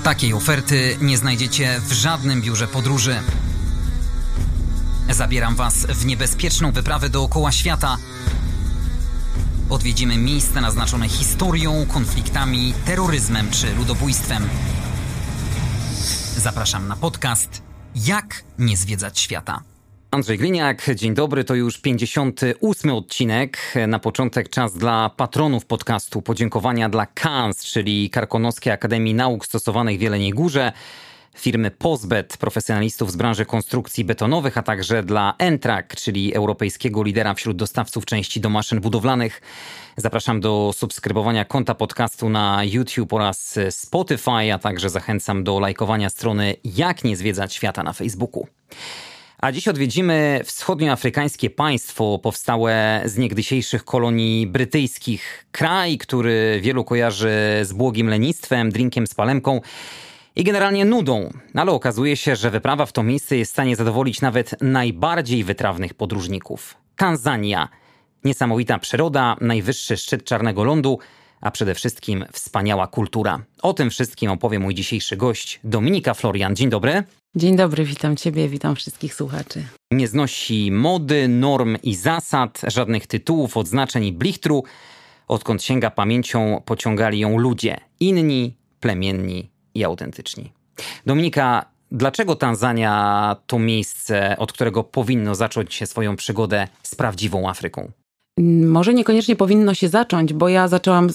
Takiej oferty nie znajdziecie w żadnym biurze podróży. Zabieram Was w niebezpieczną wyprawę dookoła świata. Odwiedzimy miejsca naznaczone historią, konfliktami, terroryzmem czy ludobójstwem. Zapraszam na podcast Jak nie zwiedzać świata. Andrzej Gliniak, dzień dobry, to już 58. odcinek. Na początek czas dla patronów podcastu. Podziękowania dla KANS, czyli Karkonoskiej Akademii Nauk Stosowanych w Jeleniej Górze, firmy Pozbet, profesjonalistów z branży konstrukcji betonowych, a także dla Entrak, czyli europejskiego lidera wśród dostawców części do maszyn budowlanych. Zapraszam do subskrybowania konta podcastu na YouTube oraz Spotify, a także zachęcam do lajkowania strony Jak nie zwiedzać świata na Facebooku. A dziś odwiedzimy wschodnioafrykańskie państwo powstałe z niegdysiejszych kolonii brytyjskich. Kraj, który wielu kojarzy z błogim lenistwem, drinkiem z palemką i generalnie nudą. Ale okazuje się, że wyprawa w to miejsce jest w stanie zadowolić nawet najbardziej wytrawnych podróżników. Tanzania. Niesamowita przyroda, najwyższy szczyt czarnego lądu, a przede wszystkim wspaniała kultura. O tym wszystkim opowie mój dzisiejszy gość, Dominika Florian. Dzień dobry. Dzień dobry, witam Ciebie, witam wszystkich słuchaczy. Nie znosi mody, norm i zasad, żadnych tytułów, odznaczeń i blichtru. Odkąd sięga pamięcią, pociągali ją ludzie. Inni, plemienni i autentyczni. Dominika, dlaczego Tanzania to miejsce, od którego powinno zacząć się swoją przygodę z prawdziwą Afryką? Może niekoniecznie powinno się zacząć, bo ja zaczęłam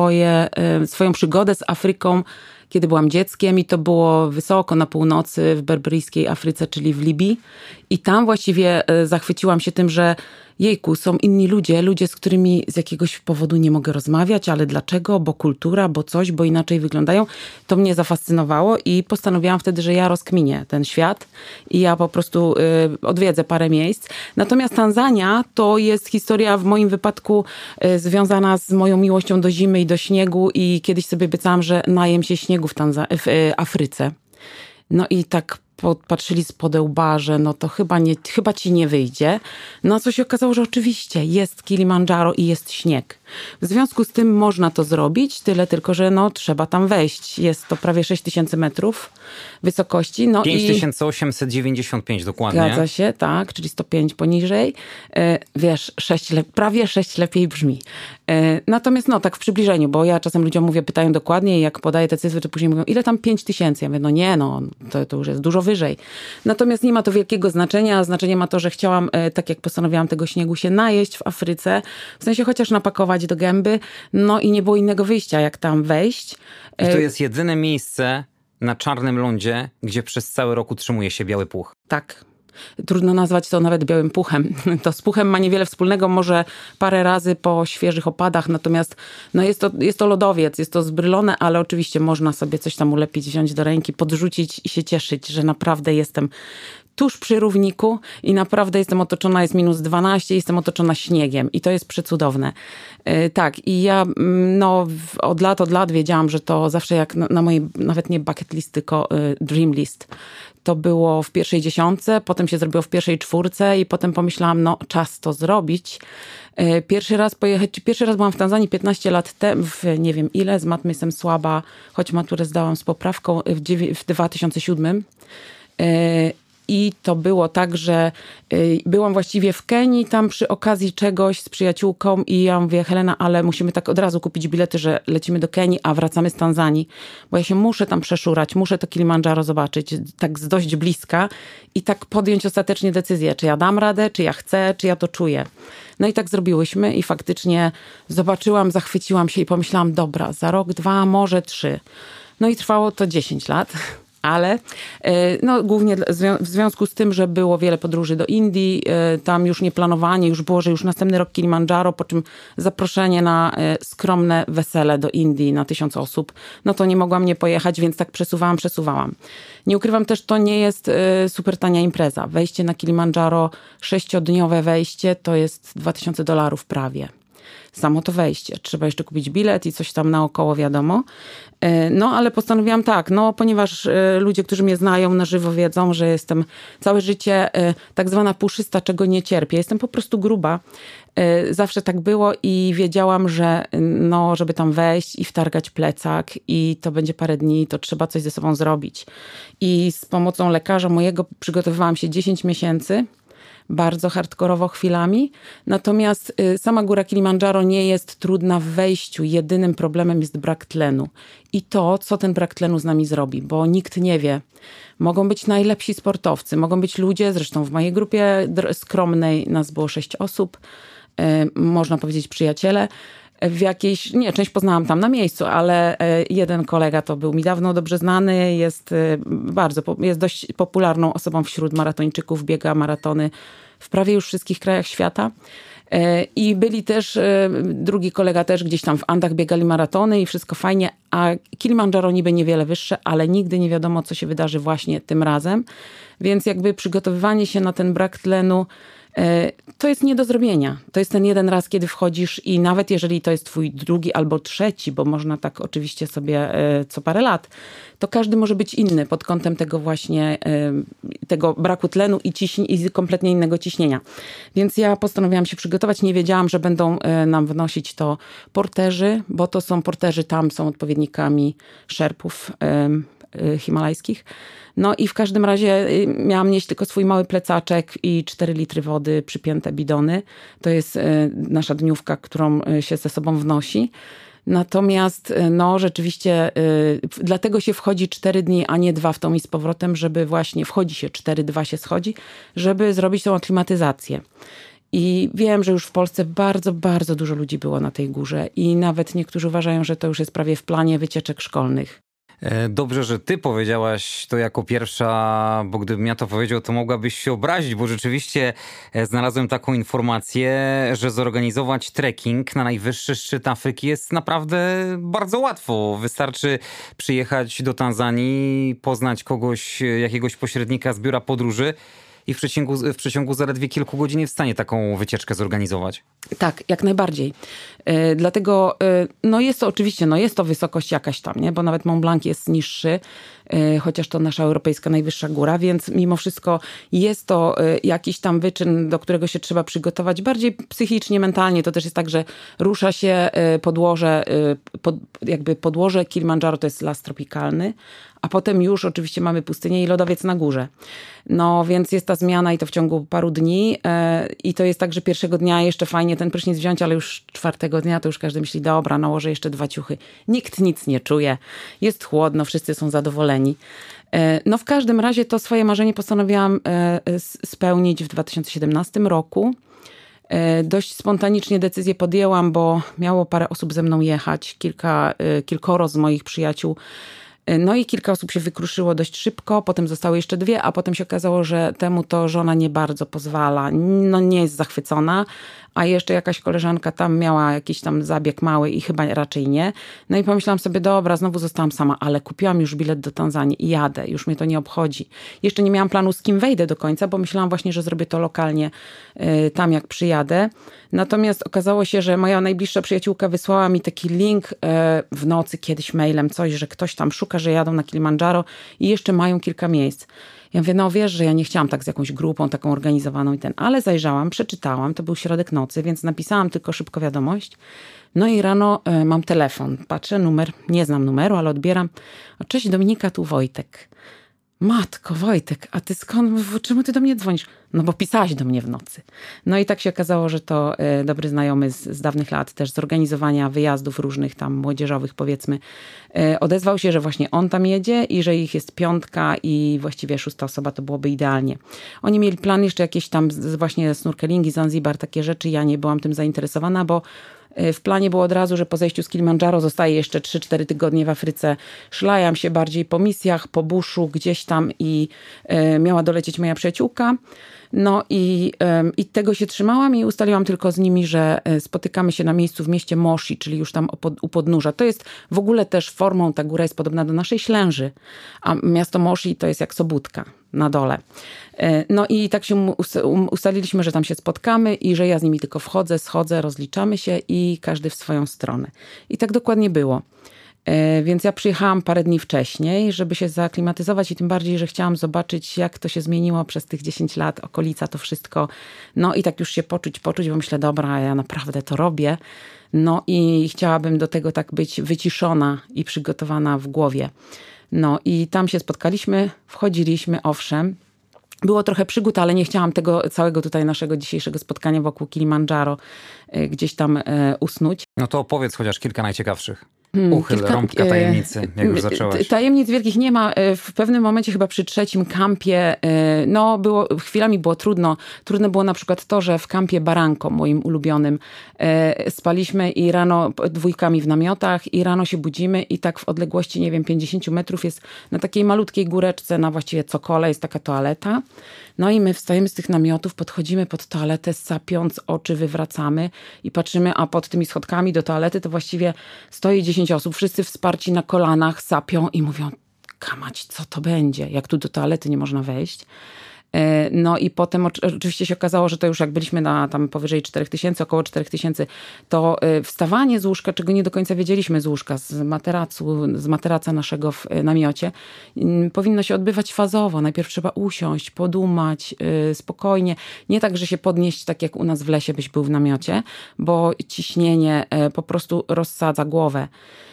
swoją przygodę z Afryką, kiedy byłam dzieckiem i to było wysoko na północy w berberyjskiej Afryce, czyli w Libii. I tam właściwie zachwyciłam się tym, że jejku, są inni ludzie, z którymi z jakiegoś powodu nie mogę rozmawiać, ale dlaczego? Bo kultura, bo coś, bo inaczej wyglądają. To mnie zafascynowało i postanowiłam wtedy, że ja rozkminię ten świat i ja po prostu odwiedzę parę miejsc. Natomiast Tanzania to jest historia w moim wypadku związana z moją miłością do zimy i do śniegu i kiedyś sobie obiecałam, że najem się śniegu w Afryce. No i tak patrzyli z podełba, że no to chyba ci nie wyjdzie. No a co się okazało, że oczywiście jest Kilimandżaro i jest śnieg. W związku z tym można to zrobić, tyle tylko, że no trzeba tam wejść. Jest to prawie 6000 metrów wysokości. No 5895 dokładnie. Zgadza się, tak, czyli 105 poniżej. Wiesz, prawie 6 lepiej brzmi. Natomiast no tak w przybliżeniu, bo ja czasem ludziom pytają dokładnie i jak podaję te cyfry, to później mówią, ile tam 5000? Ja mówię, no nie, to już jest dużo wyżej. Natomiast nie ma to wielkiego znaczenia. Znaczenie ma to, że chciałam, tak jak postanowiłam tego śniegu się najeść w Afryce, w sensie chociaż napakować do gęby, no i nie było innego wyjścia, jak tam wejść. I to jest jedyne miejsce na czarnym lądzie, gdzie przez cały rok utrzymuje się biały puch. Tak. Trudno nazwać to nawet białym puchem. To z puchem ma niewiele wspólnego, może parę razy po świeżych opadach, natomiast no jest to lodowiec, jest to zbrylone, ale oczywiście można sobie coś tam ulepić, wziąć do ręki, podrzucić i się cieszyć, że naprawdę jestem tuż przy równiku i naprawdę jestem otoczona, jest -12, jestem otoczona śniegiem i to jest przecudowne. Tak, i ja od lat wiedziałam, że to zawsze jak na mojej, nawet nie bucket list, tylko dream list. To było w pierwszej 10, potem się zrobiło w pierwszej 4 i potem pomyślałam, czas to zrobić. Pierwszy raz byłam w Tanzanii 15 lat temu, nie wiem ile, z matmy jestem słaba, choć maturę zdałam z poprawką w 2007. I to było tak, że byłam właściwie w Kenii, tam przy okazji czegoś z przyjaciółką i ja mówię, Helena, ale musimy tak od razu kupić bilety, że lecimy do Kenii, a wracamy z Tanzanii, bo ja się muszę tam przeszurać, muszę to Kilimandżaro zobaczyć tak z dość bliska i tak podjąć ostatecznie decyzję, czy ja dam radę, czy ja chcę, czy ja to czuję. No i tak zrobiłyśmy i faktycznie zobaczyłam, zachwyciłam się i pomyślałam, dobra, za rok, 2, może 3. No i trwało to 10 lat. Ale głównie w związku z tym, że było wiele podróży do Indii, tam już nieplanowanie, już było, że już następny rok Kilimandżaro, po czym zaproszenie na skromne wesele do Indii na 1000 osób, no to nie mogłam nie pojechać, więc tak przesuwałam. Nie ukrywam też, to nie jest super tania impreza. Wejście na Kilimandżaro, 6-dniowe wejście, to jest $2000 prawie. Samo to wejście. Trzeba jeszcze kupić bilet i coś tam naokoło, wiadomo. No, ale postanowiłam tak, no, ponieważ ludzie, którzy mnie znają na żywo, wiedzą, że jestem całe życie tak zwana puszysta, czego nie cierpię. Jestem po prostu gruba. Zawsze tak było i wiedziałam, że no, żeby tam wejść i wtargać plecak i to będzie parę dni, to trzeba coś ze sobą zrobić. I z pomocą lekarza mojego przygotowywałam się 10 miesięcy. Bardzo hardkorowo chwilami. Natomiast sama góra Kilimandżaro nie jest trudna w wejściu. Jedynym problemem jest brak tlenu. I to, co ten brak tlenu z nami zrobi, bo nikt nie wie. Mogą być najlepsi sportowcy, mogą być ludzie, zresztą w mojej grupie skromnej nas było 6 osób, można powiedzieć przyjaciele. Część poznałam tam na miejscu, ale jeden kolega to był mi dawno dobrze znany, jest dość popularną osobą wśród maratończyków, biega maratony w prawie już wszystkich krajach świata. I byli też, drugi kolega też gdzieś tam w Andach biegali maratony i wszystko fajnie, a Kilimandżaro niby niewiele wyższe, ale nigdy nie wiadomo, co się wydarzy właśnie tym razem. Więc jakby przygotowywanie się na ten brak tlenu to jest nie do zrobienia. To jest ten jeden raz, kiedy wchodzisz i nawet jeżeli to jest twój drugi albo trzeci, bo można tak oczywiście sobie co parę lat, to każdy może być inny pod kątem tego właśnie, tego braku tlenu i kompletnie innego ciśnienia. Więc ja postanowiłam się przygotować. Nie wiedziałam, że będą nam wnosić to porterzy, bo to są porterzy, tam są odpowiednikami szerpów himalajskich. No i w każdym razie miałam nieść tylko swój mały plecaczek i 4 litry wody, przypięte bidony. To jest nasza dniówka, którą się ze sobą wnosi. Natomiast no rzeczywiście dlatego się wchodzi 4 dni, a nie 2 w tą i z powrotem, żeby właśnie wchodzi się 4-2 się schodzi, żeby zrobić tą aklimatyzację. I wiem, że już w Polsce bardzo, bardzo dużo ludzi było na tej górze i nawet niektórzy uważają, że to już jest prawie w planie wycieczek szkolnych. Dobrze, że ty powiedziałaś to jako pierwsza, bo gdybym ja to powiedział, to mogłabyś się obrazić, bo rzeczywiście znalazłem taką informację, że zorganizować trekking na najwyższy szczyt Afryki jest naprawdę bardzo łatwo. Wystarczy przyjechać do Tanzanii, poznać jakiegoś pośrednika z biura podróży i w przeciągu zaledwie kilku godzin jest w stanie taką wycieczkę zorganizować. Tak, jak najbardziej. Dlatego, no jest to oczywiście, no jest to wysokość jakaś tam, nie? Bo nawet Mont Blanc jest niższy, chociaż to nasza europejska najwyższa góra, więc mimo wszystko jest to jakiś tam wyczyn, do którego się trzeba przygotować bardziej psychicznie, mentalnie. To też jest tak, że rusza się podłoże Kilimandżaro to jest las tropikalny, a potem już oczywiście mamy pustynię i lodowiec na górze. No więc jest ta zmiana i to w ciągu paru dni i to jest tak, że pierwszego dnia jeszcze fajnie ten prysznic wziąć, ale już 4 dnia to już każdy myśli, dobra, nałożę jeszcze 2 ciuchy. Nikt nic nie czuje, jest chłodno, wszyscy są zadowoleni. No w każdym razie to swoje marzenie postanowiłam spełnić w 2017 roku. Dość spontanicznie decyzję podjęłam, bo miało parę osób ze mną jechać, kilkoro z moich przyjaciół. No i kilka osób się wykruszyło dość szybko, potem zostały jeszcze 2, a potem się okazało, że temu to żona nie bardzo pozwala. No nie jest zachwycona, a jeszcze jakaś koleżanka tam miała jakiś tam zabieg mały i chyba raczej nie. No i pomyślałam sobie, dobra, znowu zostałam sama, ale kupiłam już bilet do Tanzanii i jadę, już mnie to nie obchodzi. Jeszcze nie miałam planu, z kim wejdę do końca, bo myślałam właśnie, że zrobię to lokalnie tam, jak przyjadę. Natomiast okazało się, że moja najbliższa przyjaciółka wysłała mi taki link w nocy kiedyś mailem, coś, że ktoś tam szuka, że jadą na Kilimandżaro i jeszcze mają kilka miejsc. Ja mówię, no wiesz, że ja nie chciałam tak z jakąś grupą taką organizowaną ale zajrzałam, przeczytałam, to był środek nocy, więc napisałam tylko szybko wiadomość. No i rano mam telefon, patrzę, numer, nie znam numeru, ale odbieram. Cześć Dominika, tu Wojtek. Matko, Wojtek, a ty skąd, czemu ty do mnie dzwonisz? No bo pisałaś do mnie w nocy. No i tak się okazało, że to dobry znajomy z dawnych lat, też z organizowania wyjazdów różnych tam młodzieżowych powiedzmy, odezwał się, że właśnie on tam jedzie i że ich jest 5 i właściwie 6 osoba to byłoby idealnie. Oni mieli plan jeszcze jakieś tam właśnie snorkelingi, Zanzibar, takie rzeczy. Ja nie byłam tym zainteresowana, bo w planie było od razu, że po zejściu z Kilimandżaro zostaje jeszcze 3-4 tygodnie w Afryce. Szlajam się bardziej po misjach, po buszu, gdzieś tam i miała dolecieć moja przyjaciółka. No i tego się trzymałam i ustaliłam tylko z nimi, że spotykamy się na miejscu w mieście Moshi, czyli już tam u podnóża. To jest w ogóle też formą, ta góra jest podobna do naszej Ślęży, a miasto Moshi to jest jak Sobótka na dole. No i tak się ustaliliśmy, że tam się spotkamy i że ja z nimi tylko schodzę, rozliczamy się i każdy w swoją stronę. I tak dokładnie było. Więc ja przyjechałam parę dni wcześniej, żeby się zaaklimatyzować i tym bardziej, że chciałam zobaczyć, jak to się zmieniło przez tych 10 lat, okolica, to wszystko. No i tak już się poczuć, bo myślę, dobra, ja naprawdę to robię. No i chciałabym do tego tak być wyciszona i przygotowana w głowie. No i tam się spotkaliśmy, wchodziliśmy, owszem. Było trochę przygód, ale nie chciałam tego całego tutaj naszego dzisiejszego spotkania wokół Kilimandżaro gdzieś tam usnąć. No to opowiedz chociaż kilka najciekawszych. Uchyl rąbka tajemnicy, jak już zaczęłaś. Tajemnic wielkich nie ma. W pewnym momencie, chyba przy 3. kampie, no chwilami było trudno. Trudne było na przykład to, że w kampie Barranco, moim ulubionym, spaliśmy i rano 2 w namiotach i rano się budzimy i tak w odległości, nie wiem, 50 metrów jest na takiej malutkiej góreczce, na właściwie cokole jest taka toaleta. No i my wstajemy z tych namiotów, podchodzimy pod toaletę, sapiąc, oczy wywracamy i patrzymy, a pod tymi schodkami do toalety to właściwie stoi 10 osób, wszyscy wsparci na kolanach, sapią i mówią, kamać, co to będzie, jak tu do toalety nie można wejść. No i potem oczywiście się okazało, że to już jak byliśmy na tam powyżej 4000, około 4000, to wstawanie z łóżka, czego nie do końca wiedzieliśmy z łóżka, z materaca naszego w namiocie, powinno się odbywać fazowo. Najpierw trzeba usiąść, podumać spokojnie. Nie tak, że się podnieść tak jak u nas w lesie byś był w namiocie, bo ciśnienie po prostu rozsadza głowę.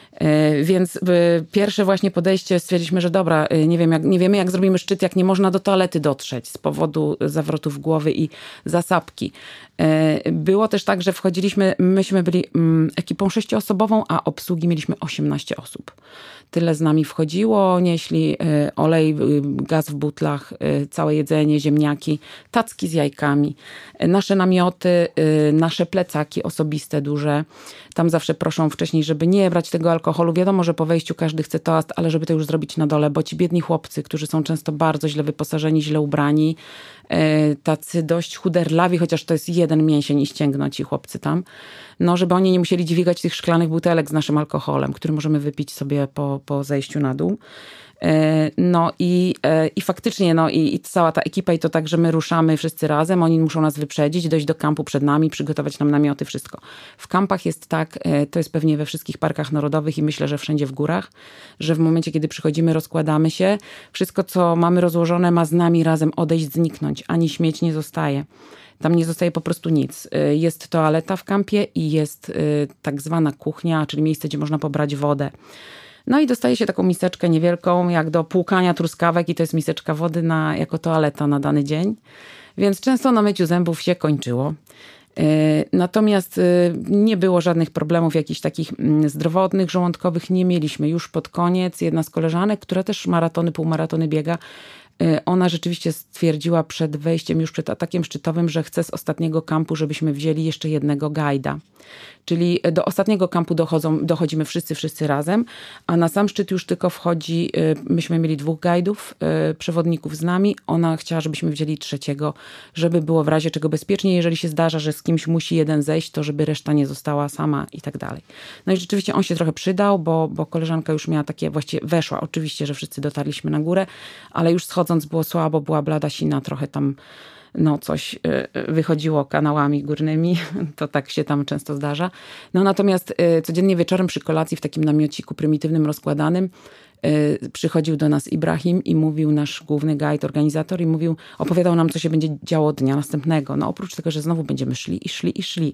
Więc pierwsze właśnie podejście stwierdziliśmy, że dobra, nie wiemy jak zrobimy szczyt, jak nie można do toalety dotrzeć z powodu zawrotów głowy i zasapki. Było też tak, że myśmy byli ekipą 6-osobową, a obsługi mieliśmy 18 osób. Tyle z nami wchodziło, nieśli olej, gaz w butlach, całe jedzenie, ziemniaki, tacki z jajkami, nasze namioty, nasze plecaki osobiste duże. Tam zawsze proszą wcześniej, żeby nie brać tego alkoholu. Wiadomo, że po wejściu każdy chce toast, ale żeby to już zrobić na dole, bo ci biedni chłopcy, którzy są często bardzo źle wyposażeni, źle ubrani, tacy dość chuderlawi, chociaż to jest jeden mięsień i ścięgno ci chłopcy tam, no żeby oni nie musieli dźwigać tych szklanych butelek z naszym alkoholem, który możemy wypić sobie po zejściu na dół. No i faktycznie, no i cała ta ekipa i to tak, że my ruszamy wszyscy razem, oni muszą nas wyprzedzić, dojść do kampu przed nami, przygotować nam namioty, wszystko. W kampach jest tak, to jest pewnie we wszystkich parkach narodowych i myślę, że wszędzie w górach, że w momencie, kiedy przychodzimy, rozkładamy się, wszystko, co mamy rozłożone, ma z nami razem odejść, zniknąć, ani śmieć nie zostaje. Tam nie zostaje po prostu nic. Jest toaleta w kampie i jest tak zwana kuchnia, czyli miejsce, gdzie można pobrać wodę. No i dostaje się taką miseczkę niewielką, jak do płukania truskawek i to jest miseczka wody jako toaleta na dany dzień. Więc często na myciu zębów się kończyło. Natomiast nie było żadnych problemów jakichś takich zdrowotnych, żołądkowych nie mieliśmy. Już pod koniec jedna z koleżanek, która też maratony, półmaratony biega, ona rzeczywiście stwierdziła przed wejściem, już przed atakiem szczytowym, że chce z ostatniego kampu, żebyśmy wzięli jeszcze jednego gajda. Czyli do ostatniego kampu dochodzimy wszyscy razem, a na sam szczyt już tylko wchodzi, myśmy mieli 2 gajdów, przewodników z nami. Ona chciała, żebyśmy wzięli 3, żeby było w razie czego bezpiecznie. Jeżeli się zdarza, że z kimś musi jeden zejść, to żeby reszta nie została sama i tak dalej. No i rzeczywiście on się trochę przydał, bo koleżanka już miała takie, właściwie weszła. Oczywiście, że wszyscy dotarliśmy na górę, ale już schodząc było słabo, była blada, sina, trochę tam coś wychodziło kanałami górnymi, to tak się tam często zdarza. No natomiast codziennie wieczorem przy kolacji w takim namiociku prymitywnym, rozkładanym, przychodził do nas Ibrahim i mówił, nasz główny guide, organizator, i opowiadał nam, co się będzie działo dnia następnego. No oprócz tego, że znowu będziemy szli.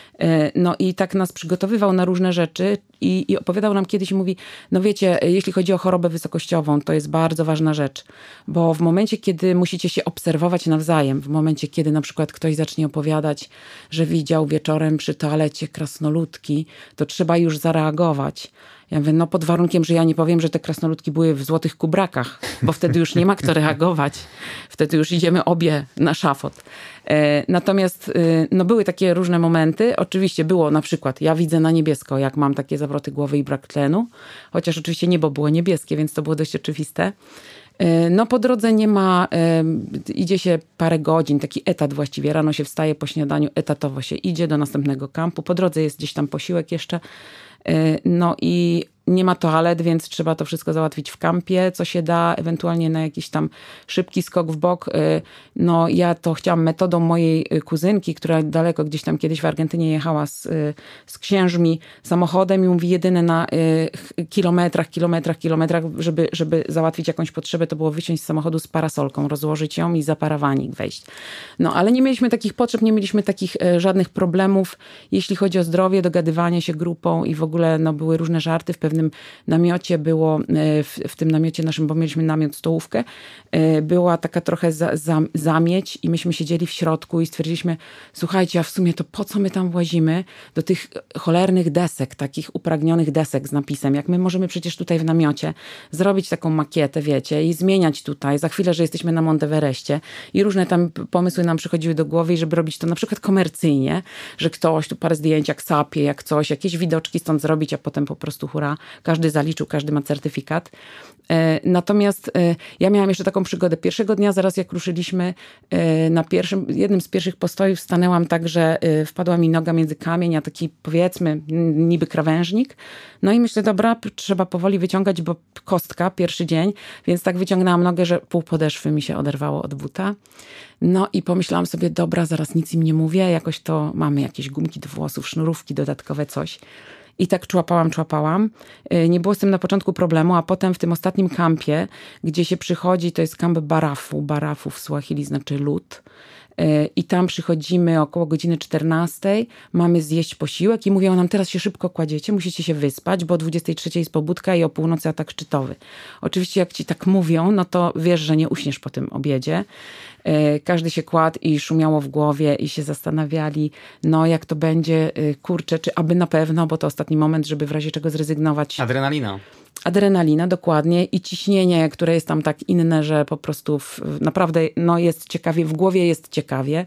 No i tak nas przygotowywał na różne rzeczy i opowiadał nam kiedyś, mówi, no wiecie, jeśli chodzi o chorobę wysokościową, to jest bardzo ważna rzecz, bo w momencie, kiedy musicie się obserwować nawzajem, w momencie, kiedy na przykład ktoś zacznie opowiadać, że widział wieczorem przy toalecie krasnoludki, to trzeba już zareagować. Ja mówię, no pod warunkiem, że ja nie powiem, że te krasnoludki były w złotych kubrakach, bo wtedy już nie ma kto reagować. Wtedy już idziemy obie na szafot. Natomiast no były takie różne momenty. Oczywiście było na przykład, ja widzę na niebiesko, jak mam takie zawroty głowy i brak tlenu. Chociaż oczywiście niebo było niebieskie, więc to było dość oczywiste. No po drodze nie ma, idzie się parę godzin, taki etat właściwie. Rano się wstaje, po śniadaniu etatowo się idzie do następnego kampu. Po drodze jest gdzieś tam posiłek jeszcze. No i nie ma toalet, więc trzeba to wszystko załatwić w kampie, co się da, ewentualnie na jakiś tam szybki skok w bok. No ja to chciałam metodą mojej kuzynki, która daleko gdzieś tam kiedyś w Argentynie jechała z księżmi samochodem i mówi, jedyne na kilometrach, żeby załatwić jakąś potrzebę, to było wysiąść z samochodu z parasolką, rozłożyć ją i za parawanik wejść. No ale nie mieliśmy takich potrzeb, nie mieliśmy takich żadnych problemów, jeśli chodzi o zdrowie, dogadywanie się grupą i w ogóle no, były różne żarty. W pewnym namiocie było, w tym namiocie naszym, bo mieliśmy namiot stołówkę, była taka trochę zamieć i myśmy siedzieli w środku i stwierdziliśmy, słuchajcie, a w sumie to po co my tam włazimy do tych cholernych desek, takich upragnionych desek z napisem, jak my możemy przecież tutaj w namiocie zrobić taką makietę, wiecie, i zmieniać tutaj, za chwilę, że jesteśmy na Monteverestie i różne tam pomysły nam przychodziły do głowy, żeby robić to na przykład komercyjnie, że ktoś tu parę zdjęć jak sapie, jak coś, jakieś widoczki stąd zrobić, a potem po prostu hura, każdy zaliczył, każdy ma certyfikat. Natomiast ja miałam jeszcze taką przygodę. Pierwszego dnia, zaraz jak ruszyliśmy, na jednym z pierwszych postojów stanęłam tak, że wpadła mi noga między kamień, a taki powiedzmy niby krawężnik. No i myślę, dobra, trzeba powoli wyciągać, bo kostka, pierwszy dzień, więc tak wyciągnęłam nogę, że pół podeszwy mi się oderwało od buta. No i pomyślałam sobie, dobra, zaraz nic im nie mówię, jakoś to mamy jakieś gumki do włosów, sznurówki dodatkowe, coś. I tak człapałam. Nie było z tym na początku problemu, a potem w tym ostatnim kampie, gdzie się przychodzi, to jest kamp Barafu w Suahili znaczy lód. I tam przychodzimy około godziny 14, mamy zjeść posiłek i mówią nam, teraz się szybko kładziecie, musicie się wyspać, bo o 23 jest pobudka i o północy atak szczytowy. Oczywiście jak ci tak mówią, no to wiesz, że nie uśniesz po tym obiedzie. Każdy się kładł i szumiało w głowie i się zastanawiali, no jak to będzie, kurczę, czy aby na pewno, bo to ostatni moment, żeby w razie czego zrezygnować. Adrenalina, dokładnie. I ciśnienie, które jest tam tak inne, że po prostu naprawdę no, jest ciekawie, w głowie jest ciekawie.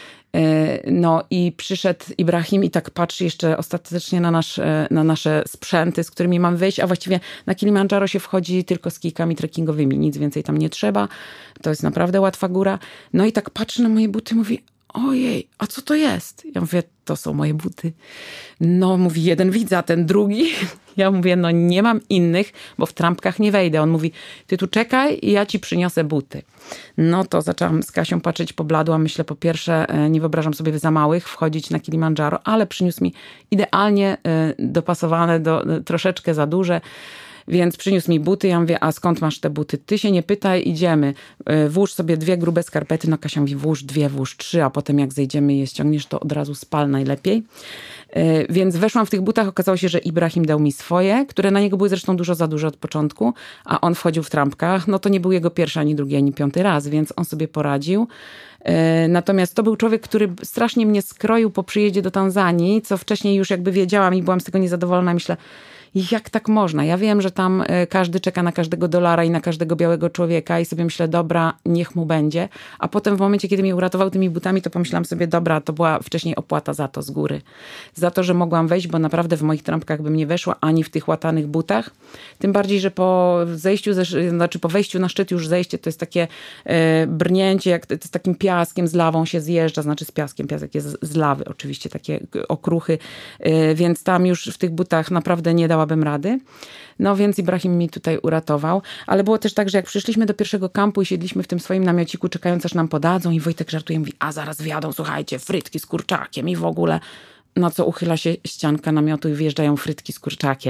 No i przyszedł Ibrahim i tak patrzy jeszcze ostatecznie na nasze sprzęty, z którymi mam wyjść, a właściwie na Kilimandżaro się wchodzi tylko z kijkami trekkingowymi, nic więcej tam nie trzeba. To jest naprawdę łatwa góra. No i tak patrzy na moje buty i mówi, ojej, a co to jest? Ja mówię, to są moje buty. No, mówi, jeden widzę, a ten drugi. Ja mówię, no nie mam innych, bo w trampkach nie wejdę. On mówi, ty tu czekaj i ja ci przyniosę buty. No to zaczęłam z Kasią patrzeć, pobladłam. Myślę, po pierwsze, nie wyobrażam sobie za małych wchodzić na Kilimandżaro, ale przyniósł mi idealnie dopasowane, troszeczkę za duże. Więc przyniósł mi buty, ja mówię, a skąd masz te buty? Ty się nie pytaj, idziemy. Włóż sobie 2 grube skarpety, no Kasia mówi, włóż 2, włóż 3, a potem jak zejdziemy i je ściągniesz, to od razu spal najlepiej. Więc weszłam w tych butach, okazało się, że Ibrahim dał mi swoje, które na niego były zresztą dużo za duże od początku, a on wchodził w trampkach, no to nie był jego pierwszy, ani drugi, ani 5 raz, więc on sobie poradził. Natomiast to był człowiek, który strasznie mnie skroił po przyjeździe do Tanzanii, co wcześniej już jakby wiedziałam i byłam z tego niezadowolona. Myślę, jak tak można? Ja wiem, że tam każdy czeka na każdego dolara i na każdego białego człowieka i sobie myślę, dobra, niech mu będzie. A potem w momencie, kiedy mnie uratował tymi butami, to pomyślałam sobie, dobra, to była wcześniej opłata za to z góry. Za to, że mogłam wejść, bo naprawdę w moich trampkach bym nie weszła, ani w tych łatanych butach. Tym bardziej, że po wejściu na szczyt już zejście, to jest takie brnięcie, jak z takim piaskiem, z lawą się zjeżdża, znaczy z piaskiem, piasek jest z lawy, oczywiście takie okruchy, więc tam już w tych butach naprawdę nie dałabym rady. No więc Ibrahim mi tutaj uratował. Ale było też tak, że jak przyszliśmy do pierwszego kampu i siedliśmy w tym swoim namiociku, czekając aż nam podadzą i Wojtek żartuje, mówi, a zaraz wjadą, słuchajcie, frytki z kurczakiem i w ogóle. Na co uchyla się ścianka namiotu i wjeżdżają frytki z kurczakiem.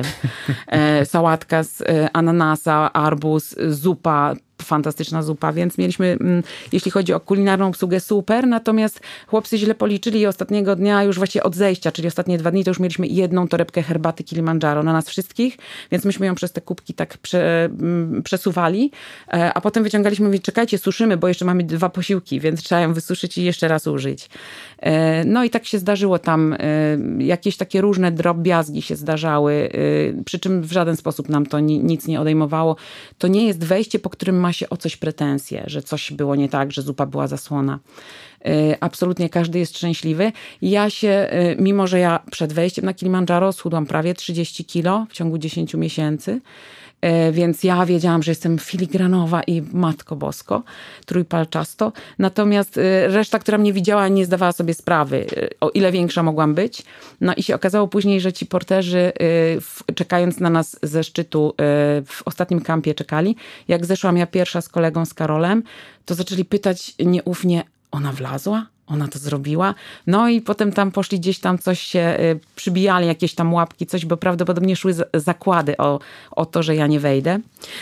Sałatka z ananasa, arbuz, zupa, fantastyczna zupa, więc mieliśmy, jeśli chodzi o kulinarną obsługę, super, natomiast chłopcy źle policzyli i ostatniego dnia, już właściwie od zejścia, czyli ostatnie 2 dni, to już mieliśmy 1 torebkę herbaty Kilimandżaro na nas wszystkich, więc myśmy ją przez te kubki tak przesuwali, a potem wyciągaliśmy, mówić, czekajcie, suszymy, bo jeszcze mamy 2 posiłki, więc trzeba ją wysuszyć i jeszcze raz użyć. No i tak się zdarzyło tam, jakieś takie różne drobiazgi się zdarzały, przy czym w żaden sposób nam to nic nie odejmowało. To nie jest wejście, po którym ma się o coś pretensje, że coś było nie tak, że zupa była zasłona. absolutnie każdy jest szczęśliwy. Ja się, mimo że ja przed wejściem na Kilimandżaro schudłam prawie 30 kilo w ciągu 10 miesięcy, więc ja wiedziałam, że jestem filigranowa i matko bosko, trójpalczasto. Natomiast reszta, która mnie widziała, nie zdawała sobie sprawy, o ile większa mogłam być. No i się okazało później, że ci porterzy, czekając na nas ze szczytu, w ostatnim kampie czekali. Jak zeszłam ja pierwsza z kolegą, z Karolem, to zaczęli pytać nieufnie, ona wlazła? Ona to zrobiła? No i potem tam poszli gdzieś tam coś się przybijali, jakieś tam łapki, coś, bo prawdopodobnie szły zakłady o to, że ja nie wejdę.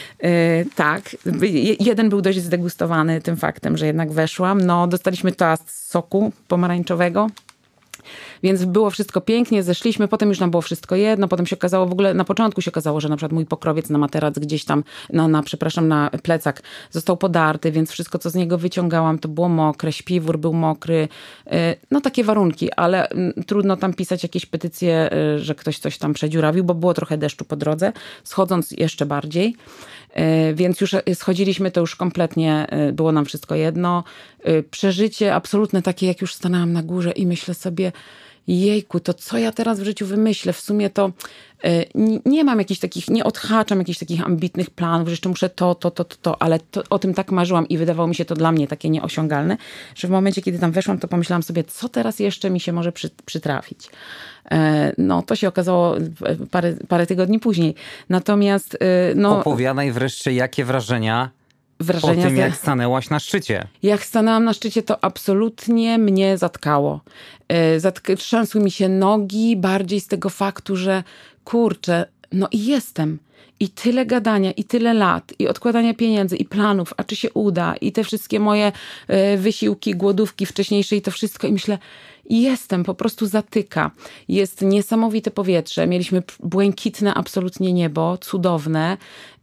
Tak. Jeden był dość zdegustowany tym faktem, że jednak weszłam. No, dostaliśmy toast z soku pomarańczowego. Więc było wszystko pięknie, zeszliśmy, potem już nam było wszystko jedno, potem się okazało, w ogóle na początku się okazało, że na przykład mój pokrowiec na materac gdzieś tam, na plecak został podarty, więc wszystko, co z niego wyciągałam, to było mokre, śpiwór był mokry, no takie warunki, ale trudno tam pisać jakieś petycje, że ktoś coś tam przedziurawił, bo było trochę deszczu po drodze, schodząc jeszcze bardziej. Więc już schodziliśmy, to już kompletnie było nam wszystko jedno. Przeżycie absolutne takie, jak już stanęłam na górze i myślę sobie, jejku, to co ja teraz w życiu wymyślę? W sumie to nie mam jakichś takich, nie odhaczam jakichś takich ambitnych planów, że jeszcze muszę to, ale o tym tak marzyłam i wydawało mi się to dla mnie takie nieosiągalne, że w momencie, kiedy tam weszłam, to pomyślałam sobie, co teraz jeszcze mi się może przytrafić. No, to się okazało parę tygodni później. Natomiast, no... Opowiadaj wreszcie, jakie wrażenia po tym, jak stanęłaś na szczycie. Jak stanęłam na szczycie, to absolutnie mnie zatkało. Trzęsły mi się nogi bardziej z tego faktu, że kurczę, no i jestem. I tyle gadania, i tyle lat, i odkładania pieniędzy, i planów, a czy się uda, i te wszystkie moje wysiłki, głodówki wcześniejsze i to wszystko. I myślę, jestem, po prostu zatyka. Jest niesamowite powietrze. Mieliśmy błękitne absolutnie niebo, cudowne.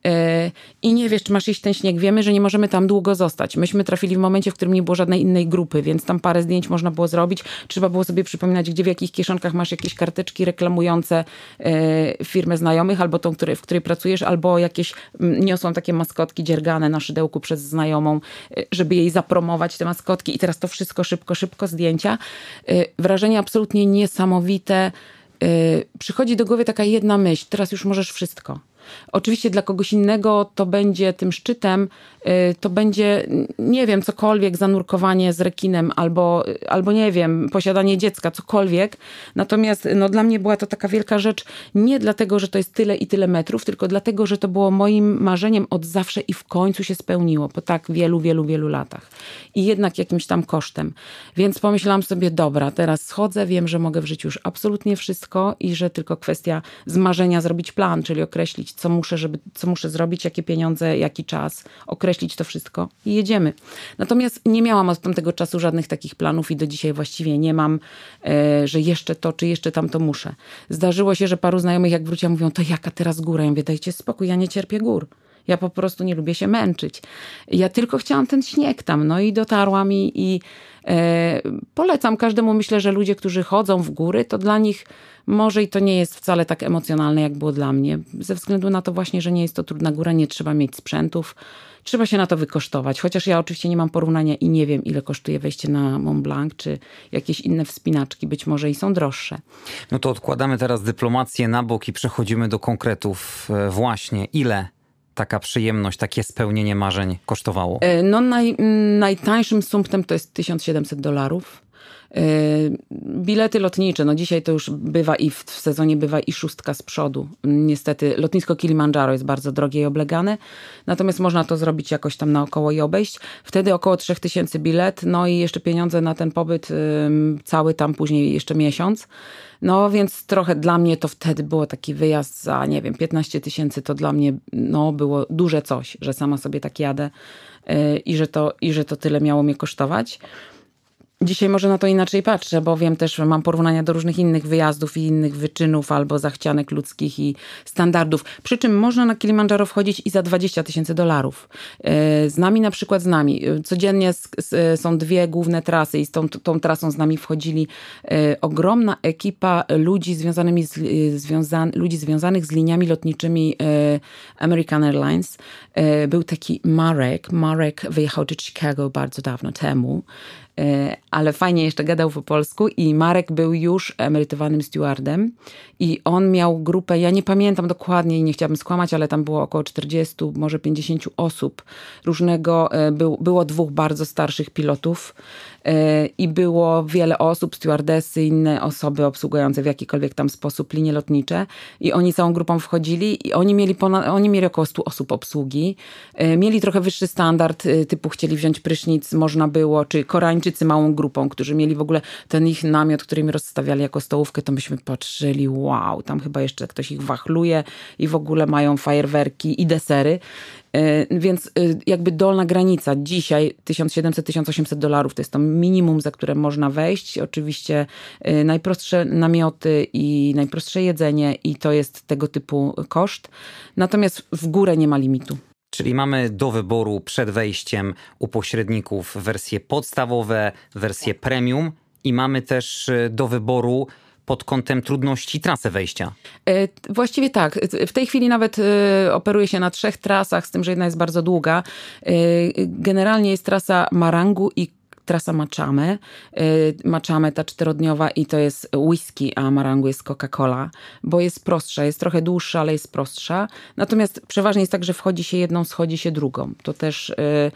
I nie wiesz, czy masz iść ten śnieg. Wiemy, że nie możemy tam długo zostać. Myśmy trafili w momencie, w którym nie było żadnej innej grupy, więc tam parę zdjęć można było zrobić. Trzeba było sobie przypominać, gdzie w jakich kieszonkach masz jakieś karteczki reklamujące firmę znajomych, albo tą, w której pracujesz, albo jakieś niosą takie maskotki dziergane na szydełku przez znajomą, żeby jej zapromować te maskotki. I teraz to wszystko szybko zdjęcia. Wrażenie absolutnie niesamowite. Przychodzi do głowy taka jedna myśl. Teraz już możesz wszystko. Oczywiście dla kogoś innego to będzie tym szczytem, to będzie, nie wiem, cokolwiek, zanurkowanie z rekinem albo nie wiem, posiadanie dziecka, cokolwiek. Natomiast no, dla mnie była to taka wielka rzecz, nie dlatego, że to jest tyle i tyle metrów, tylko dlatego, że to było moim marzeniem od zawsze i w końcu się spełniło po tak wielu latach. I jednak jakimś tam kosztem. Więc pomyślałam sobie, dobra, teraz schodzę, wiem, że mogę w życiu już absolutnie wszystko i że tylko kwestia z marzenia zrobić plan, czyli określić, co muszę zrobić, jakie pieniądze, jaki czas, określić to wszystko i jedziemy. Natomiast nie miałam od tamtego czasu żadnych takich planów i do dzisiaj właściwie nie mam, że jeszcze to, czy jeszcze tamto muszę. Zdarzyło się, że paru znajomych jak wróciłam, mówią, to jaka teraz góra? Ja mówię, dajcie spokój, ja nie cierpię gór. Ja po prostu nie lubię się męczyć. Ja tylko chciałam ten śnieg tam, no i dotarłam i polecam każdemu. Myślę, że ludzie, którzy chodzą w góry, to dla nich może i to nie jest wcale tak emocjonalne, jak było dla mnie. Ze względu na to właśnie, że nie jest to trudna góra, nie trzeba mieć sprzętów. Trzeba się na to wykosztować. Chociaż ja oczywiście nie mam porównania i nie wiem, ile kosztuje wejście na Mont Blanc, czy jakieś inne wspinaczki. Być może i są droższe. No to odkładamy teraz dyplomację na bok i przechodzimy do konkretów. Właśnie, ile taka przyjemność, takie spełnienie marzeń kosztowało? No najtańszym sumptem to jest $1700. Bilety lotnicze, no dzisiaj to już bywa i w sezonie bywa i szóstka z przodu. Niestety lotnisko Kilimandżaro jest bardzo drogie i oblegane, natomiast można to zrobić jakoś tam naokoło i obejść. Wtedy około 3000 bilet, no i jeszcze pieniądze na ten pobyt cały tam później jeszcze miesiąc. No więc trochę dla mnie to wtedy było taki wyjazd za, nie wiem, 15 000, to dla mnie no, było duże coś, że sama sobie tak jadę i że to tyle miało mnie kosztować. Dzisiaj może na to inaczej patrzę, bo wiem też, że mam porównania do różnych innych wyjazdów i innych wyczynów albo zachcianek ludzkich i standardów. Przy czym można na Kilimandżaro wchodzić i za $20 000. Na przykład z nami. Codziennie są dwie główne trasy i z tą trasą z nami wchodzili ogromna ekipa ludzi związanych z liniami lotniczymi American Airlines. Był taki Marek wyjechał do Chicago bardzo dawno temu. ale fajnie jeszcze gadał po polsku i Marek był już emerytowanym stewardem i on miał grupę, ja nie pamiętam dokładnie i nie chciałabym skłamać, ale tam było około 40, może 50 osób różnego, było 2 bardzo starszych pilotów i było wiele osób, stewardessy, inne osoby obsługujące w jakikolwiek tam sposób linie lotnicze i oni całą grupą wchodzili i oni mieli około 100 osób obsługi. Mieli trochę wyższy standard, typu chcieli wziąć prysznic, można było, czy Koreańczycy małą grupą, którzy mieli w ogóle ten ich namiot, który mi rozstawiali jako stołówkę, to myśmy patrzyli, wow, tam chyba jeszcze ktoś ich wachluje i w ogóle mają fajerwerki i desery. Więc jakby dolna granica dzisiaj $1700–1800 to jest to minimum, za które można wejść. Oczywiście najprostsze namioty i najprostsze jedzenie i to jest tego typu koszt. Natomiast w górę nie ma limitu. Czyli mamy do wyboru przed wejściem u pośredników wersje podstawowe, wersje premium i mamy też do wyboru pod kątem trudności trasę wejścia. Właściwie tak. W tej chwili nawet operuje się na 3 trasach, z tym, że jedna jest bardzo długa. Generalnie jest trasa Marangu i trasa Machame. Machame ta 4-dniowa i to jest whisky, a Marangu jest Coca-Cola, bo jest prostsza, jest trochę dłuższa, ale jest prostsza. Natomiast przeważnie jest tak, że wchodzi się jedną, schodzi się drugą. To też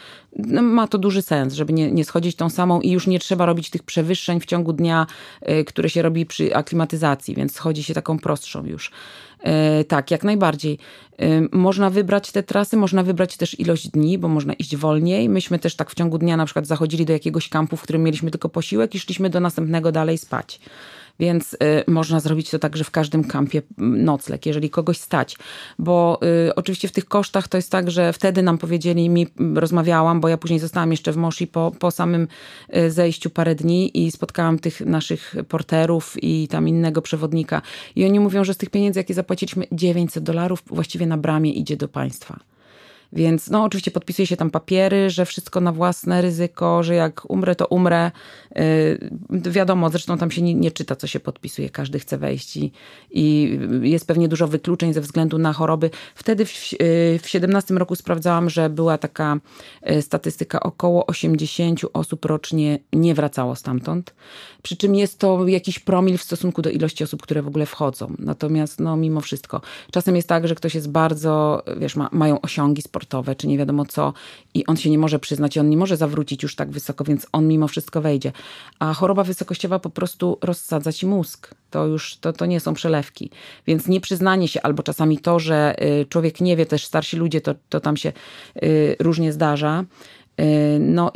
ma to duży sens, żeby nie schodzić tą samą i już nie trzeba robić tych przewyższeń w ciągu dnia, które się robi przy aklimatyzacji, więc schodzi się taką prostszą już. Tak, jak najbardziej. Można wybrać te trasy, można wybrać też ilość dni, bo można iść wolniej. Myśmy też tak w ciągu dnia na przykład zachodzili do jakiegoś kampu, w którym mieliśmy tylko posiłek i szliśmy do następnego dalej spać. Więc można zrobić to tak, że w każdym kampie nocleg, jeżeli kogoś stać. Bo oczywiście w tych kosztach to jest tak, że wtedy nam powiedzieli, rozmawiałam, bo ja później zostałam jeszcze w Moshi po samym zejściu parę dni i spotkałam tych naszych porterów i tam innego przewodnika. I oni mówią, że z tych pieniędzy, jakie zapłaciliśmy, $900 właściwie na bramie idzie do państwa. Więc no oczywiście podpisuje się tam papiery, że wszystko na własne ryzyko, że jak umrę, to umrę. Wiadomo, zresztą tam się nie czyta, co się podpisuje. Każdy chce wejść i jest pewnie dużo wykluczeń ze względu na choroby. Wtedy w 17 roku sprawdzałam, że była taka statystyka, około 80 osób rocznie nie wracało stamtąd. Przy czym jest to jakiś promil w stosunku do ilości osób, które w ogóle wchodzą. Natomiast no mimo wszystko. Czasem jest tak, że ktoś jest bardzo, mają osiągi sportowe, czy nie wiadomo co i on się nie może przyznać i on nie może zawrócić już tak wysoko, więc on mimo wszystko wejdzie. A choroba wysokościowa po prostu rozsadza ci mózg. To nie są przelewki. Więc nieprzyznanie się albo czasami to, że człowiek nie wie, też starsi ludzie, to tam się różnie zdarza. No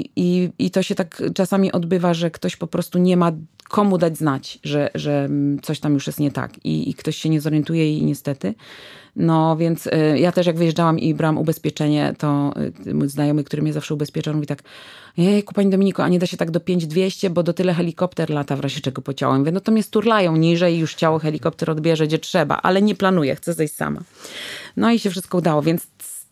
i to się tak czasami odbywa, że ktoś po prostu nie ma komu dać znać, że coś tam już jest nie tak i ktoś się nie zorientuje i niestety. No więc ja też jak wyjeżdżałam i brałam ubezpieczenie, to mój znajomy, który mnie zawsze ubezpieczał, mówi tak: jejku, pani Dominiko, a nie da się tak do 5200, bo do tyle helikopter lata w razie czego po ciało. Mówię, no to mnie sturlają niżej i już ciało helikopter odbierze, gdzie trzeba, ale nie planuję, chcę zejść sama. No i się wszystko udało, więc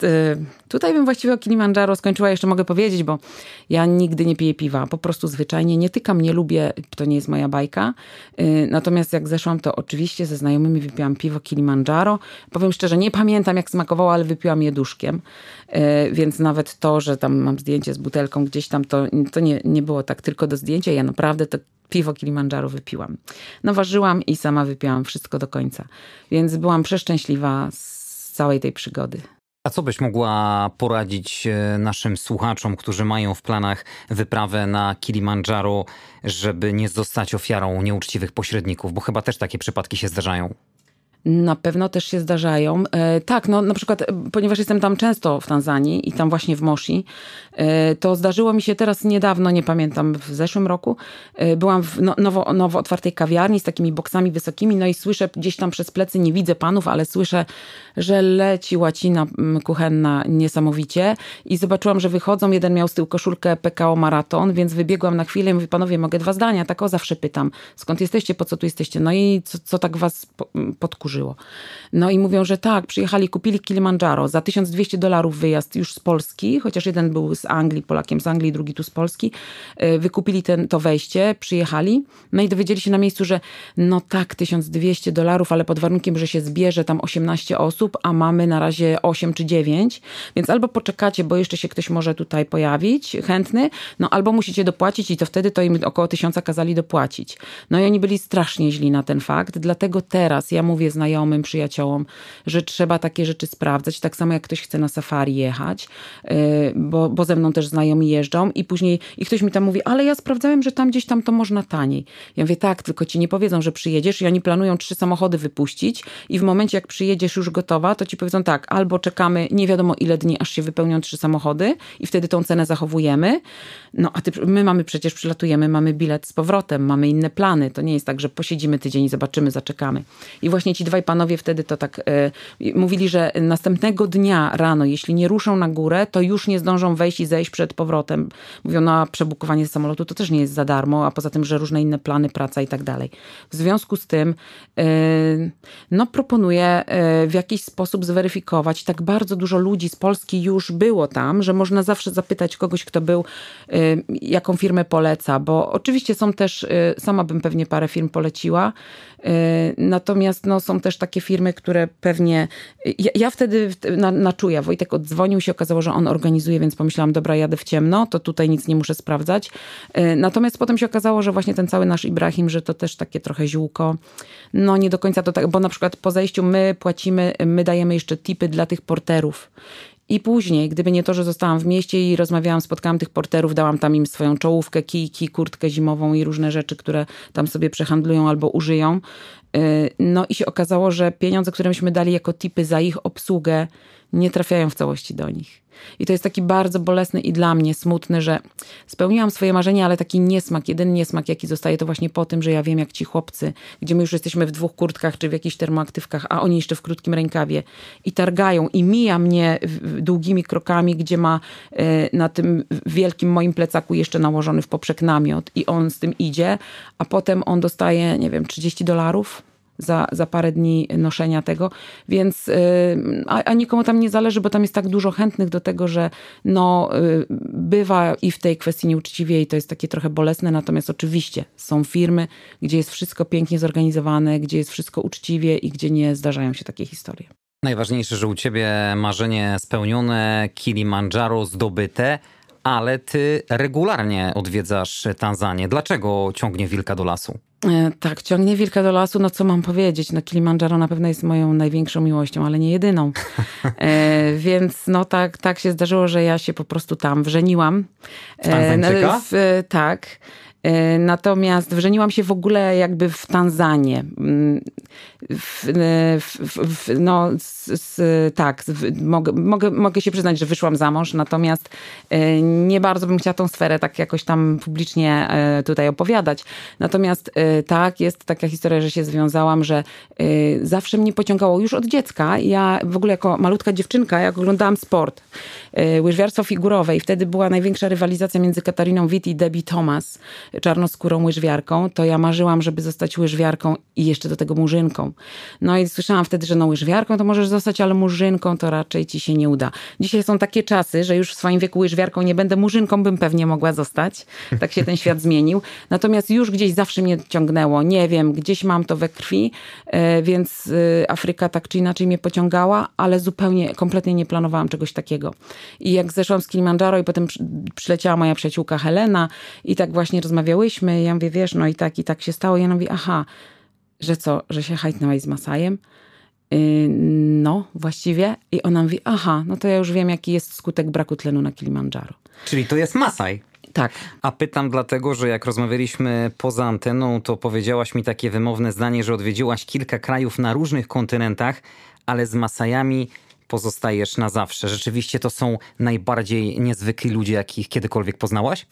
tutaj bym właściwie o Kilimandżaro skończyła, jeszcze mogę powiedzieć, bo ja nigdy nie piję piwa, po prostu zwyczajnie nie tykam, nie lubię, to nie jest moja bajka. Natomiast jak zeszłam, to oczywiście ze znajomymi wypiłam piwo Kilimandżaro. Powiem szczerze, nie pamiętam jak smakowało, ale wypiłam je duszkiem, więc nawet to, że tam mam zdjęcie z butelką gdzieś tam, to nie było tak tylko do zdjęcia, ja naprawdę to piwo Kilimandżaro wypiłam. Naważyłam i sama wypiłam wszystko do końca, więc byłam przeszczęśliwa z całej tej przygody. A co byś mogła poradzić naszym słuchaczom, którzy mają w planach wyprawę na Kilimandżaro, żeby nie zostać ofiarą nieuczciwych pośredników? Bo chyba też takie przypadki się zdarzają. Na pewno też się zdarzają. Tak, no na przykład, ponieważ jestem tam często w Tanzanii i tam właśnie w Moshi, to zdarzyło mi się teraz niedawno, nie pamiętam, w zeszłym roku, byłam w nowo otwartej kawiarni z takimi boksami wysokimi, no i słyszę gdzieś tam przez plecy, nie widzę panów, ale słyszę, że leci łacina kuchenna niesamowicie i zobaczyłam, że wychodzą, jeden miał z tyłu koszulkę PKO Maraton, więc wybiegłam na chwilę i mówię: panowie, mogę 2 zdania? Tak zawsze pytam, skąd jesteście, po co tu jesteście? No i co tak was podkurzyło? otworzyło. No i mówią, że tak, przyjechali, kupili Kilimandżaro za $1200 wyjazd już z Polski, chociaż jeden był z Anglii, Polakiem z Anglii, drugi tu z Polski. Wykupili to wejście, przyjechali, no i dowiedzieli się na miejscu, że no tak, $1200, ale pod warunkiem, że się zbierze tam 18 osób, a mamy na razie 8 czy 9, więc albo poczekacie, bo jeszcze się ktoś może tutaj pojawić, chętny, no albo musicie dopłacić i to wtedy to im około 1000 kazali dopłacić. No i oni byli strasznie źli na ten fakt, dlatego teraz ja mówię znajomym, przyjaciołom, że trzeba takie rzeczy sprawdzać, tak samo jak ktoś chce na safari jechać, bo ze mną też znajomi jeżdżą i później i ktoś mi tam mówi, ale ja sprawdzałem, że tam gdzieś tam to można taniej. Ja mówię, tak, tylko ci nie powiedzą, że przyjedziesz i oni planują 3 samochody wypuścić i w momencie jak przyjedziesz już gotowa, to ci powiedzą tak, albo czekamy nie wiadomo ile dni, aż się wypełnią 3 samochody i wtedy tą cenę zachowujemy, no a my mamy przecież, przylatujemy, mamy bilet z powrotem, mamy inne plany, to nie jest tak, że posiedzimy tydzień i zobaczymy, zaczekamy. I właśnie ci dwaj panowie wtedy to tak mówili, że następnego dnia rano, jeśli nie ruszą na górę, to już nie zdążą wejść i zejść przed powrotem. Mówią, no a przebukowanie samolotu to też nie jest za darmo, a poza tym, że różne inne plany, praca i tak dalej. W związku z tym no proponuję w jakiś sposób zweryfikować. Tak bardzo dużo ludzi z Polski już było tam, że można zawsze zapytać kogoś, kto był, jaką firmę poleca, bo oczywiście są też, sama bym pewnie parę firm poleciła, natomiast no, są też takie firmy, które pewnie, ja wtedy na czuja, Wojtek oddzwonił się, okazało, że on organizuje, więc pomyślałam, dobra, jadę w ciemno, to tutaj nic nie muszę sprawdzać. Natomiast potem się okazało, że właśnie ten cały nasz Ibrahim, że to też takie trochę ziółko, no nie do końca to tak, bo na przykład po zejściu my płacimy, my dajemy jeszcze tipy dla tych porterów. I później, gdyby nie to, że zostałam w mieście i rozmawiałam, spotkałam tych porterów, dałam tam im swoją czołówkę, kijki, kurtkę zimową i różne rzeczy, które tam sobie przehandlują albo użyją. No i się okazało, że pieniądze, które myśmy dali jako tipy za ich obsługę, nie trafiają w całości do nich. I to jest taki bardzo bolesny i dla mnie smutny, że spełniłam swoje marzenia, ale taki niesmak, jedyny niesmak, jaki zostaje, to właśnie po tym, że ja wiem, jak ci chłopcy, gdzie my już jesteśmy w 2 kurtkach, czy w jakichś termoaktywkach, a oni jeszcze w krótkim rękawie i targają i mija mnie długimi krokami, gdzie ma na tym wielkim moim plecaku jeszcze nałożony w poprzek namiot i on z tym idzie, a potem on dostaje, nie wiem, $30 za parę dni noszenia tego, więc a nikomu tam nie zależy, bo tam jest tak dużo chętnych do tego, że no bywa i w tej kwestii nieuczciwie i to jest takie trochę bolesne, natomiast oczywiście są firmy, gdzie jest wszystko pięknie zorganizowane, gdzie jest wszystko uczciwie i gdzie nie zdarzają się takie historie. Najważniejsze, że u ciebie marzenie spełnione, Kilimandżaro zdobyte, ale ty regularnie odwiedzasz Tanzanię. Dlaczego ciągnie wilka do lasu? Tak, ciągnie wilka do lasu, no co mam powiedzieć, no Kilimandżaro na pewno jest moją największą miłością, ale nie jedyną. Więc no tak się zdarzyło, że ja się po prostu tam wrzeniłam. W Tanzańczyka? Tak. Natomiast wrzeniłam się w ogóle jakby w Tanzanię. Mogę się przyznać, że wyszłam za mąż, natomiast nie bardzo bym chciała tą sferę tak jakoś tam publicznie tutaj opowiadać. Natomiast tak, jest taka historia, że się związałam, że zawsze mnie pociągało już od dziecka. Ja w ogóle jako malutka dziewczynka, jak oglądałam sport, łyżwiarstwo figurowe i wtedy była największa rywalizacja między Katariną Witt i Debbie Thomas, czarnoskórą łyżwiarką, to ja marzyłam, żeby zostać łyżwiarką i jeszcze do tego murzynką. No i słyszałam wtedy, że no łyżwiarką to możesz zostać, ale murzynką to raczej ci się nie uda. Dzisiaj są takie czasy, że już w swoim wieku łyżwiarką nie będę, murzynką bym pewnie mogła zostać. Tak się ten świat zmienił. Natomiast już gdzieś zawsze mnie ciągnęło. Nie wiem, gdzieś mam to we krwi, więc Afryka tak czy inaczej mnie pociągała, ale zupełnie, kompletnie nie planowałam czegoś takiego. I jak zeszłam z Kilimandżaro i potem przyleciała moja przyjaciółka Helena i tak właśnie rozmawiałyśmy, ja mówię, wiesz, no i tak się stało. Ja mówię, aha, że co, że się hajtnęłaś z Masajem? No, właściwie. I ona mówi, aha, no to ja już wiem, jaki jest skutek braku tlenu na Kilimandżaro. Czyli to jest Masaj. Tak. A pytam dlatego, że jak rozmawialiśmy poza anteną, to powiedziałaś mi takie wymowne zdanie, że odwiedziłaś kilka krajów na różnych kontynentach, ale z Masajami pozostajesz na zawsze. Rzeczywiście to są najbardziej niezwykli ludzie, jakich kiedykolwiek poznałaś?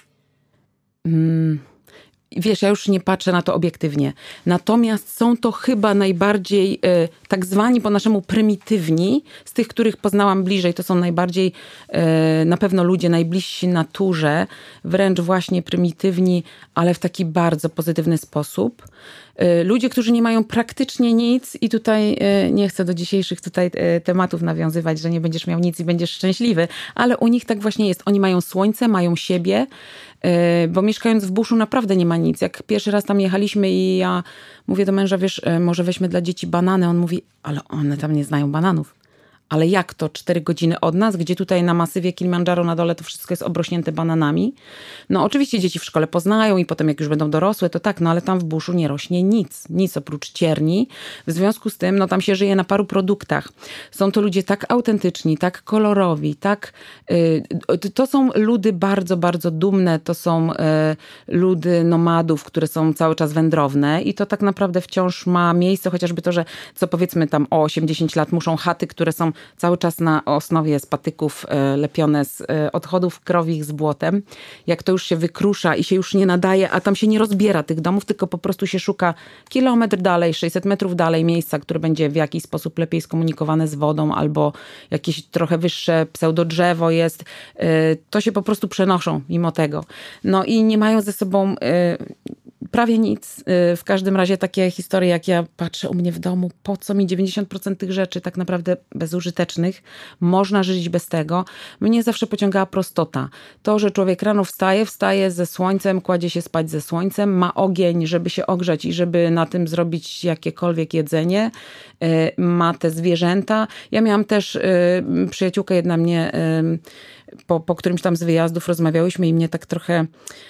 Wiesz, ja już nie patrzę na to obiektywnie. Natomiast są to chyba najbardziej tak zwani po naszemu prymitywni, z tych, których poznałam bliżej. To są najbardziej na pewno ludzie najbliżsi naturze, wręcz właśnie prymitywni, ale w taki bardzo pozytywny sposób. ludzie, którzy nie mają praktycznie nic i tutaj nie chcę do dzisiejszych tutaj tematów nawiązywać, że nie będziesz miał nic i będziesz szczęśliwy, ale u nich tak właśnie jest. Oni mają słońce, mają siebie, bo mieszkając w buszu naprawdę nie ma nic. Jak pierwszy raz tam jechaliśmy i ja mówię do męża, wiesz, może weźmy dla dzieci banany. On mówi, ale one tam nie znają bananów. Ale jak to 4 godziny od nas, gdzie tutaj na masywie Kilimandżaro na dole to wszystko jest obrośnięte bananami? No oczywiście dzieci w szkole poznają i potem jak już będą dorosłe, to tak, no ale tam w buszu nie rośnie nic oprócz cierni. W związku z tym, no tam się żyje na paru produktach. Są to ludzie tak autentyczni, tak kolorowi, tak... to są ludy bardzo, bardzo dumne, to są ludy nomadów, które są cały czas wędrowne i to tak naprawdę wciąż ma miejsce, chociażby to, że co powiedzmy tam o 80 lat muszą chaty, które są cały czas na osnowie z patyków lepione z odchodów krowich z błotem. Jak to już się wykrusza i się już nie nadaje, a tam się nie rozbiera tych domów, tylko po prostu się szuka kilometr dalej, 600 metrów dalej miejsca, które będzie w jakiś sposób lepiej skomunikowane z wodą albo jakieś trochę wyższe pseudodrzewo jest, to się po prostu przenoszą mimo tego. No i nie mają ze sobą prawie nic. W każdym razie takie historie, jak ja patrzę u mnie w domu, po co mi 90% tych rzeczy tak naprawdę bezużytecznych, można żyć bez tego. Mnie zawsze pociągała prostota. To, że człowiek rano wstaje ze słońcem, kładzie się spać ze słońcem, ma ogień, żeby się ogrzać i żeby na tym zrobić jakiekolwiek jedzenie, ma te zwierzęta. Ja miałam też przyjaciółkę jedna mnie, po którymś tam z wyjazdów rozmawiałyśmy i mnie tak trochę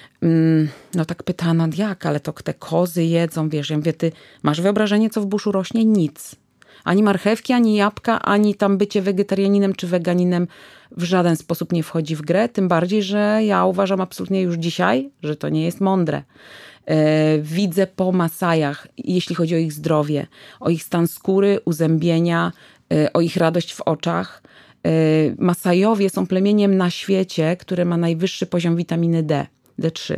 no tak pytano, jak, ale to te kozy jedzą, wiesz, ja mówię, ty masz wyobrażenie, co w buszu rośnie? Nic. Ani marchewki, ani jabłka, ani tam bycie wegetarianinem czy weganinem w żaden sposób nie wchodzi w grę, tym bardziej, że ja uważam absolutnie już dzisiaj, że to nie jest mądre. Widzę po Masajach, jeśli chodzi o ich zdrowie, o ich stan skóry, uzębienia, o ich radość w oczach. Masajowie są plemieniem na świecie, które ma najwyższy poziom witaminy D3.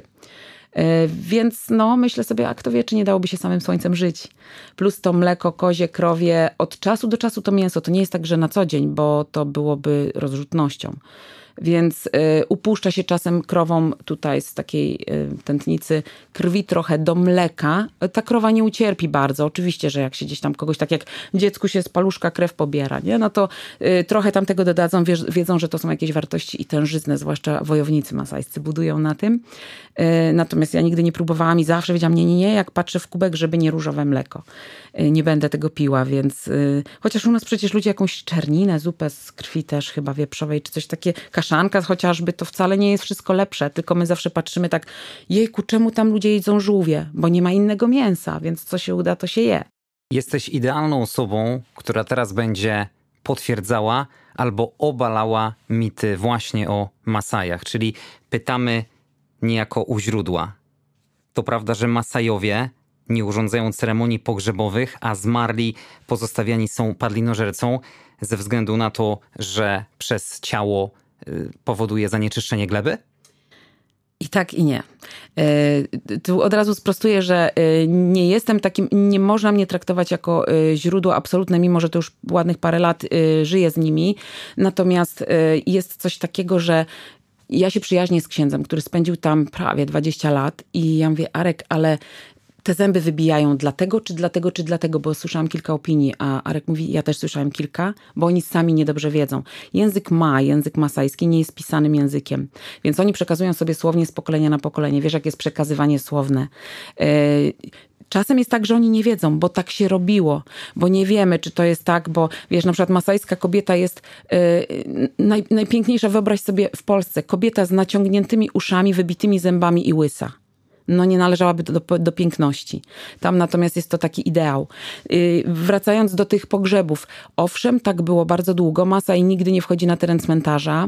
Więc no, myślę sobie, a kto wie, czy nie dałoby się samym słońcem żyć. Plus to mleko kozie, krowie, od czasu do czasu to mięso. To nie jest tak, że na co dzień, bo to byłoby rozrzutnością. Więc upuszcza się czasem krowom tutaj z takiej tętnicy krwi trochę do mleka. Ta krowa nie ucierpi bardzo. Oczywiście, że jak się gdzieś tam kogoś, tak jak dziecku się z paluszka krew pobiera, nie? No to trochę tam tego dodadzą, wiedzą, że to są jakieś wartości i tężyznę, zwłaszcza wojownicy masajscy budują na tym. Natomiast ja nigdy nie próbowałam i zawsze wiedziałam, nie, jak patrzę w kubek, żeby nie różowe mleko. Nie będę tego piła, więc chociaż u nas przecież ludzie jakąś czerninę, zupę z krwi też chyba wieprzowej, czy coś takie, kaszanka chociażby, to wcale nie jest wszystko lepsze, tylko my zawsze patrzymy tak, jejku, czemu tam ludzie jedzą żółwie? Bo nie ma innego mięsa, więc co się uda, to się je. Jesteś idealną osobą, która teraz będzie potwierdzała albo obalała mity właśnie o Masajach, czyli pytamy niejako u źródła. To prawda, że Masajowie nie urządzają ceremonii pogrzebowych, a zmarli pozostawiani są padlinożercą ze względu na to, że przez ciało powoduje zanieczyszczenie gleby? I tak, i nie. Tu od razu sprostuję, że nie jestem takim, nie można mnie traktować jako źródło absolutne, mimo że to już ładnych parę lat żyję z nimi. Natomiast jest coś takiego, że ja się przyjaźnię z księdzem, który spędził tam prawie 20 lat i ja mówię, Arek, ale te zęby wybijają dlatego, bo słyszałam kilka opinii, a Arek mówi, ja też słyszałem kilka, bo oni sami niedobrze wiedzą. Język masajski nie jest pisanym językiem, więc oni przekazują sobie słownie z pokolenia na pokolenie. Wiesz, jak jest przekazywanie słowne. Czasem jest tak, że oni nie wiedzą, bo tak się robiło, bo nie wiemy, czy to jest tak, bo wiesz, na przykład masajska kobieta jest najpiękniejsza, wyobraź sobie w Polsce, kobieta z naciągniętymi uszami, wybitymi zębami i łysa. No nie należałaby do piękności. Tam natomiast jest to taki ideał. Wracając do tych pogrzebów. Owszem, tak było bardzo długo. Masaj nigdy nie wchodzi na teren cmentarza.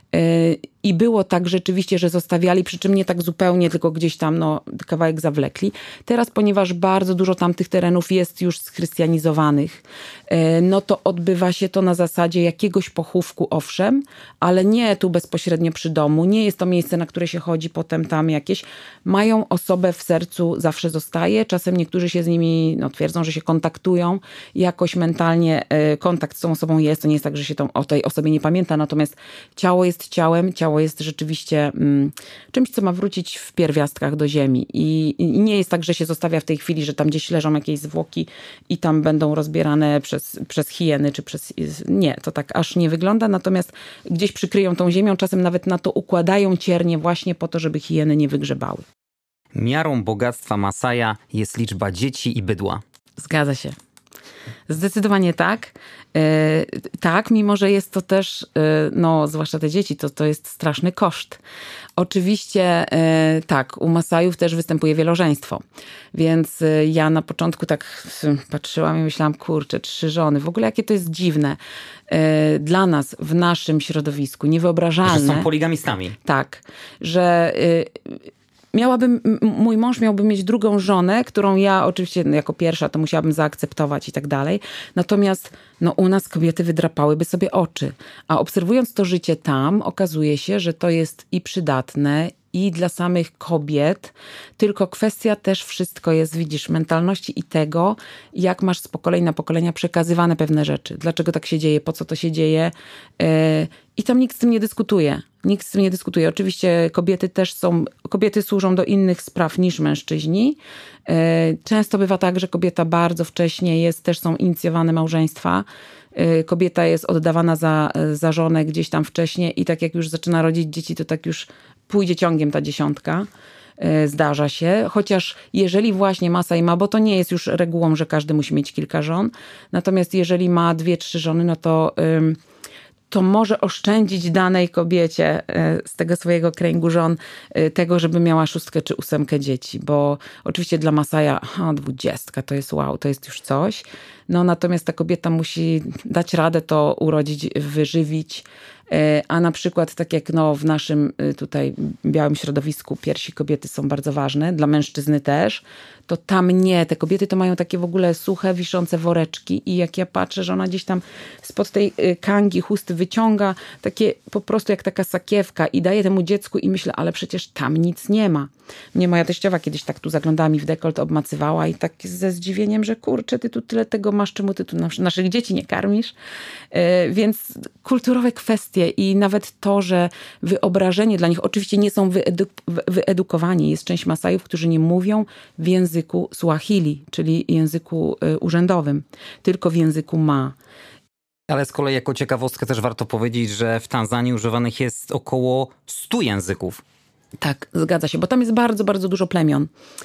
I było tak rzeczywiście, że zostawiali, przy czym nie tak zupełnie, tylko gdzieś tam kawałek zawlekli. Teraz, ponieważ bardzo dużo tamtych terenów jest już schrystianizowanych, no to odbywa się to na zasadzie jakiegoś pochówku, owszem, ale nie tu bezpośrednio przy domu. Nie jest to miejsce, na które się chodzi potem tam jakieś. Mają osobę w sercu, zawsze zostaje. Czasem niektórzy się z nimi twierdzą, że się kontaktują. Jakoś mentalnie kontakt z tą osobą jest. To nie jest tak, że się o tej osobie nie pamięta, natomiast ciało jest ciałem, ciało ciało jest rzeczywiście czymś, co ma wrócić w pierwiastkach do ziemi. I nie jest tak, że się zostawia w tej chwili, że tam gdzieś leżą jakieś zwłoki i tam będą rozbierane przez hieny, czy przez... Nie, to tak aż nie wygląda, natomiast gdzieś przykryją tą ziemią, czasem nawet na to układają ciernie właśnie po to, żeby hieny nie wygrzebały. Miarą bogactwa Masaja jest liczba dzieci i bydła. Zgadza się. Zdecydowanie tak. Tak, mimo że jest to też, zwłaszcza te dzieci, to jest straszny koszt. Oczywiście tak, u Masajów też występuje wielożeństwo. Więc ja na początku tak patrzyłam i myślałam, kurczę, 3 żony. W ogóle jakie to jest dziwne. Dla nas, w naszym środowisku, niewyobrażalne. Że są poligamistami. Tak, że... mój mąż miałby mieć drugą żonę, którą ja oczywiście jako pierwsza to musiałabym zaakceptować i tak dalej. Natomiast u nas kobiety wydrapałyby sobie oczy. A obserwując to życie tam, okazuje się, że to jest i przydatne, i dla samych kobiet, tylko kwestia też wszystko jest, widzisz, mentalności i tego, jak masz z pokoleń na pokolenia przekazywane pewne rzeczy. Dlaczego tak się dzieje, po co to się dzieje. I tam nikt z tym nie dyskutuje. Nikt z tym nie dyskutuje. Oczywiście kobiety służą do innych spraw niż mężczyźni. Często bywa tak, że kobieta bardzo wcześnie też są inicjowane małżeństwa. Kobieta jest oddawana za żonę gdzieś tam wcześniej i tak jak już zaczyna rodzić dzieci, to tak już pójdzie ciągiem ta 10. Zdarza się. Chociaż jeżeli właśnie Masaj ma, bo to nie jest już regułą, że każdy musi mieć kilka żon. Natomiast jeżeli ma 2-3 żony, no to może oszczędzić danej kobiecie z tego swojego kręgu żon tego, żeby miała 6 czy 8 dzieci. Bo oczywiście dla Masaja 20 to jest wow, to jest już coś. Natomiast ta kobieta musi dać radę to urodzić, wyżywić. A na przykład tak jak w naszym tutaj białym środowisku piersi kobiety są bardzo ważne, dla mężczyzny też, to tam nie. Te kobiety to mają takie w ogóle suche, wiszące woreczki i jak ja patrzę, że ona gdzieś tam spod tej kangi, chusty wyciąga takie po prostu jak taka sakiewka i daje temu dziecku i myślę, ale przecież tam nic nie ma. Mnie moja teściowa kiedyś tak tu zaglądała mi w dekolt, obmacywała i tak ze zdziwieniem, że kurczę, ty tu tyle tego masz, czemu ty tu naszych dzieci nie karmisz? Więc kulturowe kwestie i nawet to, że wyobrażenie dla nich, oczywiście nie są wyedukowani. Jest część Masajów, którzy nie mówią w języku Suahili, czyli języku urzędowym, tylko w języku Ma. Ale z kolei jako ciekawostkę też warto powiedzieć, że w Tanzanii używanych jest około 100 języków. Tak, zgadza się, bo tam jest bardzo, bardzo dużo plemion.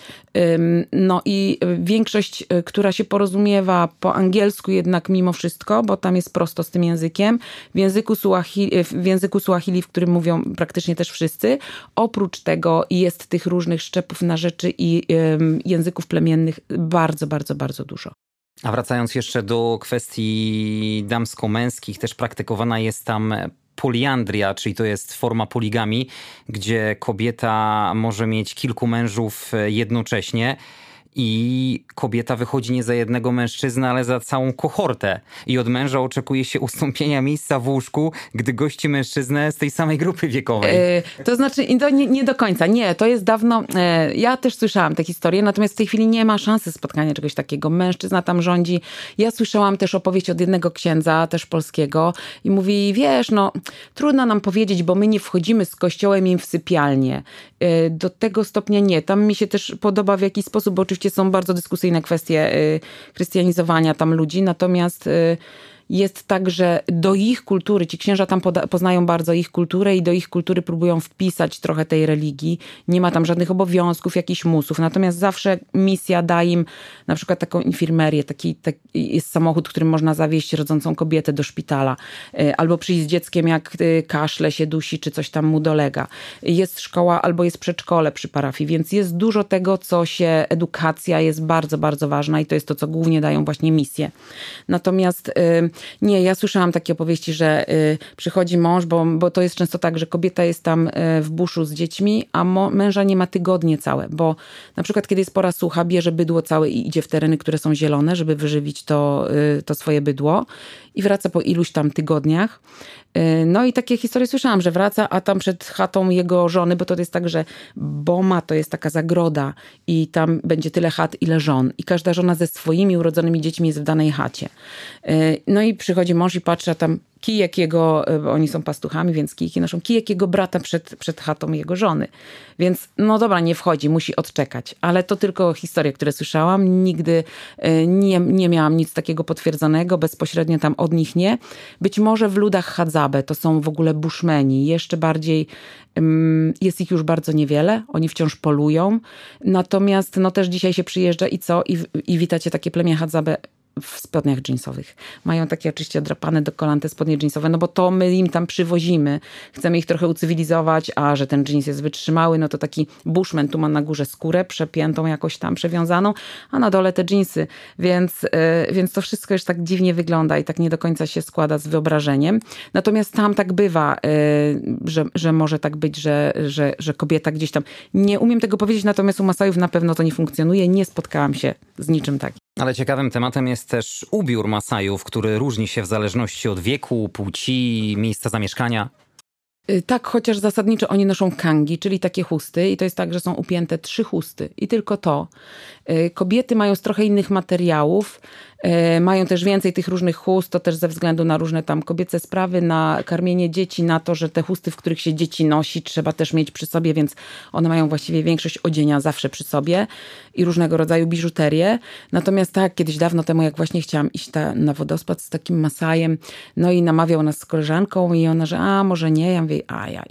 I większość, która się porozumiewa po angielsku jednak mimo wszystko, bo tam jest prosto z tym językiem. W języku Suahili, w którym mówią praktycznie też wszyscy. Oprócz tego jest tych różnych szczepów na rzeczy i języków plemiennych bardzo, bardzo, bardzo dużo. A wracając jeszcze do kwestii damsko-męskich, też praktykowana jest tam poliandria, czyli to jest forma poligami, gdzie kobieta może mieć kilku mężów jednocześnie i kobieta wychodzi nie za jednego mężczyznę, ale za całą kohortę. I od męża oczekuje się ustąpienia miejsca w łóżku, gdy gości mężczyznę z tej samej grupy wiekowej. To znaczy, to nie do końca. Nie, to jest dawno... Ja też słyszałam tę historię, natomiast w tej chwili nie ma szansy spotkania czegoś takiego. Mężczyzna tam rządzi. Ja słyszałam też opowieść od jednego księdza, też polskiego, i mówi, wiesz, trudno nam powiedzieć, bo my nie wchodzimy z kościołem im w sypialnię. Do tego stopnia nie. Tam mi się też podoba w jakiś sposób, bo oczywiście są bardzo dyskusyjne kwestie chrystianizowania tam ludzi, natomiast jest tak, że do ich kultury, ci księża tam poznają bardzo ich kulturę i do ich kultury próbują wpisać trochę tej religii. Nie ma tam żadnych obowiązków, jakichś musów. Natomiast zawsze misja da im na przykład taką infirmerię, taki jest samochód, którym można zawieźć rodzącą kobietę do szpitala. Albo przyjść z dzieckiem, jak kaszle się dusi, czy coś tam mu dolega. Jest szkoła albo jest przedszkole przy parafii, więc jest dużo tego, edukacja jest bardzo, bardzo ważna i to jest to, co głównie dają właśnie misje. Natomiast nie, ja słyszałam takie opowieści, że przychodzi mąż, bo to jest często tak, że kobieta jest tam w buszu z dziećmi, a męża nie ma tygodnie całe, bo na przykład kiedy jest pora sucha, bierze bydło całe i idzie w tereny, które są zielone, żeby wyżywić to swoje bydło i wraca po iluś tam tygodniach. I takie historie słyszałam, że wraca, a tam przed chatą jego żony, bo to jest tak, że Boma to jest taka zagroda i tam będzie tyle chat, ile żon. I każda żona ze swoimi urodzonymi dziećmi jest w danej chacie. I przychodzi mąż i patrzy, a tam kijek jego, bo oni są pastuchami, więc kijki noszą, kijek jego brata przed chatą jego żony. Więc no dobra, nie wchodzi, musi odczekać. Ale to tylko historie, które słyszałam. Nigdy nie miałam nic takiego potwierdzonego, bezpośrednio tam od nich nie. Być może w ludach Hadzabe, to są w ogóle bushmeni, jeszcze bardziej, jest ich już bardzo niewiele, oni wciąż polują. Natomiast no też dzisiaj się przyjeżdża i co? I witacie takie plemię Hadzabe w spodniach dżinsowych. Mają takie oczywiście drapane do kolan te spodnie dżinsowe, no bo to my im tam przywozimy. Chcemy ich trochę ucywilizować, a że ten dżins jest wytrzymały, no to taki bushman tu ma na górze skórę przepiętą jakoś tam, przewiązaną, a na dole te dżinsy. Więc to wszystko już tak dziwnie wygląda i tak nie do końca się składa z wyobrażeniem. Natomiast tam tak bywa, że może tak być, że kobieta gdzieś tam... Nie umiem tego powiedzieć, natomiast u Masajów na pewno to nie funkcjonuje. Nie spotkałam się z niczym takim. Ale ciekawym tematem jest też ubiór Masajów, który różni się w zależności od wieku, płci, miejsca zamieszkania. Tak, chociaż zasadniczo oni noszą kangi, czyli takie chusty i to jest tak, że są upięte 3 chusty i tylko to. Kobiety mają z trochę innych materiałów, mają też więcej tych różnych chust, to też ze względu na różne tam kobiece sprawy, na karmienie dzieci, na to, że te chusty, w których się dzieci nosi, trzeba też mieć przy sobie, więc one mają właściwie większość odzienia zawsze przy sobie i różnego rodzaju biżuterię. Natomiast tak, kiedyś dawno temu, jak właśnie chciałam iść na wodospad z takim Masajem, no i namawiał nas z koleżanką i ona, że może nie, ja mówię,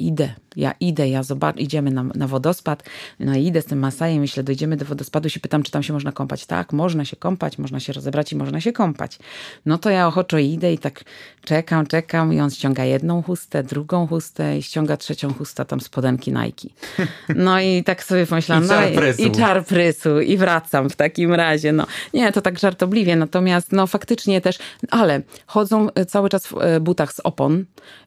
ja idę, idziemy na wodospad, no i idę z tym Masajem, myślę, dojdziemy do wodospadu, się pytam, czy tam się można kąpać. Tak, można się kąpać, można się rozebrać i można się kąpać. No to ja ochoczo idę i tak czekam i on ściąga jedną chustę, drugą chustę i ściąga trzecią chustę, tam spodenki Nike. No i tak sobie pomyślałam, i czar prysu i wracam w takim razie. No nie, to tak żartobliwie, natomiast no faktycznie też, ale chodzą cały czas w butach z opon,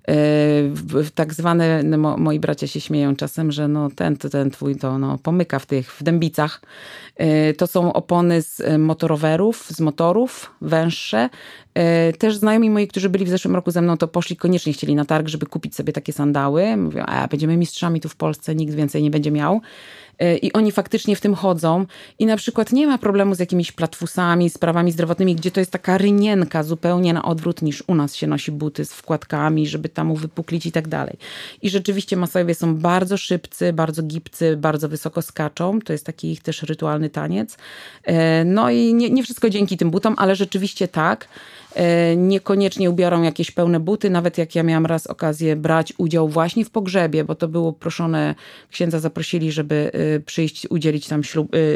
w tak zwane, moi bracia się śmieją czasem, że no ten twój to no, pomyka w dębicach. To są opony z motorowerów, z motorów, węższe. Też znajomi moi, którzy byli w zeszłym roku ze mną, to poszli, koniecznie chcieli na targ, żeby kupić sobie takie sandały. Mówią, będziemy mistrzami tu w Polsce, nikt więcej nie będzie miał. I oni faktycznie w tym chodzą i na przykład nie ma problemu z jakimiś platfusami, sprawami zdrowotnymi, gdzie to jest taka rynienka zupełnie na odwrót niż u nas się nosi buty z wkładkami, żeby tam uwypuklić i tak dalej. I rzeczywiście Masajowie są bardzo szybcy, bardzo gibcy, bardzo wysoko skaczą. To jest taki ich też rytualny taniec. No i nie wszystko dzięki tym butom, ale rzeczywiście tak. Niekoniecznie ubiorą jakieś pełne buty, nawet jak ja miałam raz okazję brać udział właśnie w pogrzebie, bo to było proszone, księdza zaprosili, żeby przyjść, udzielić tam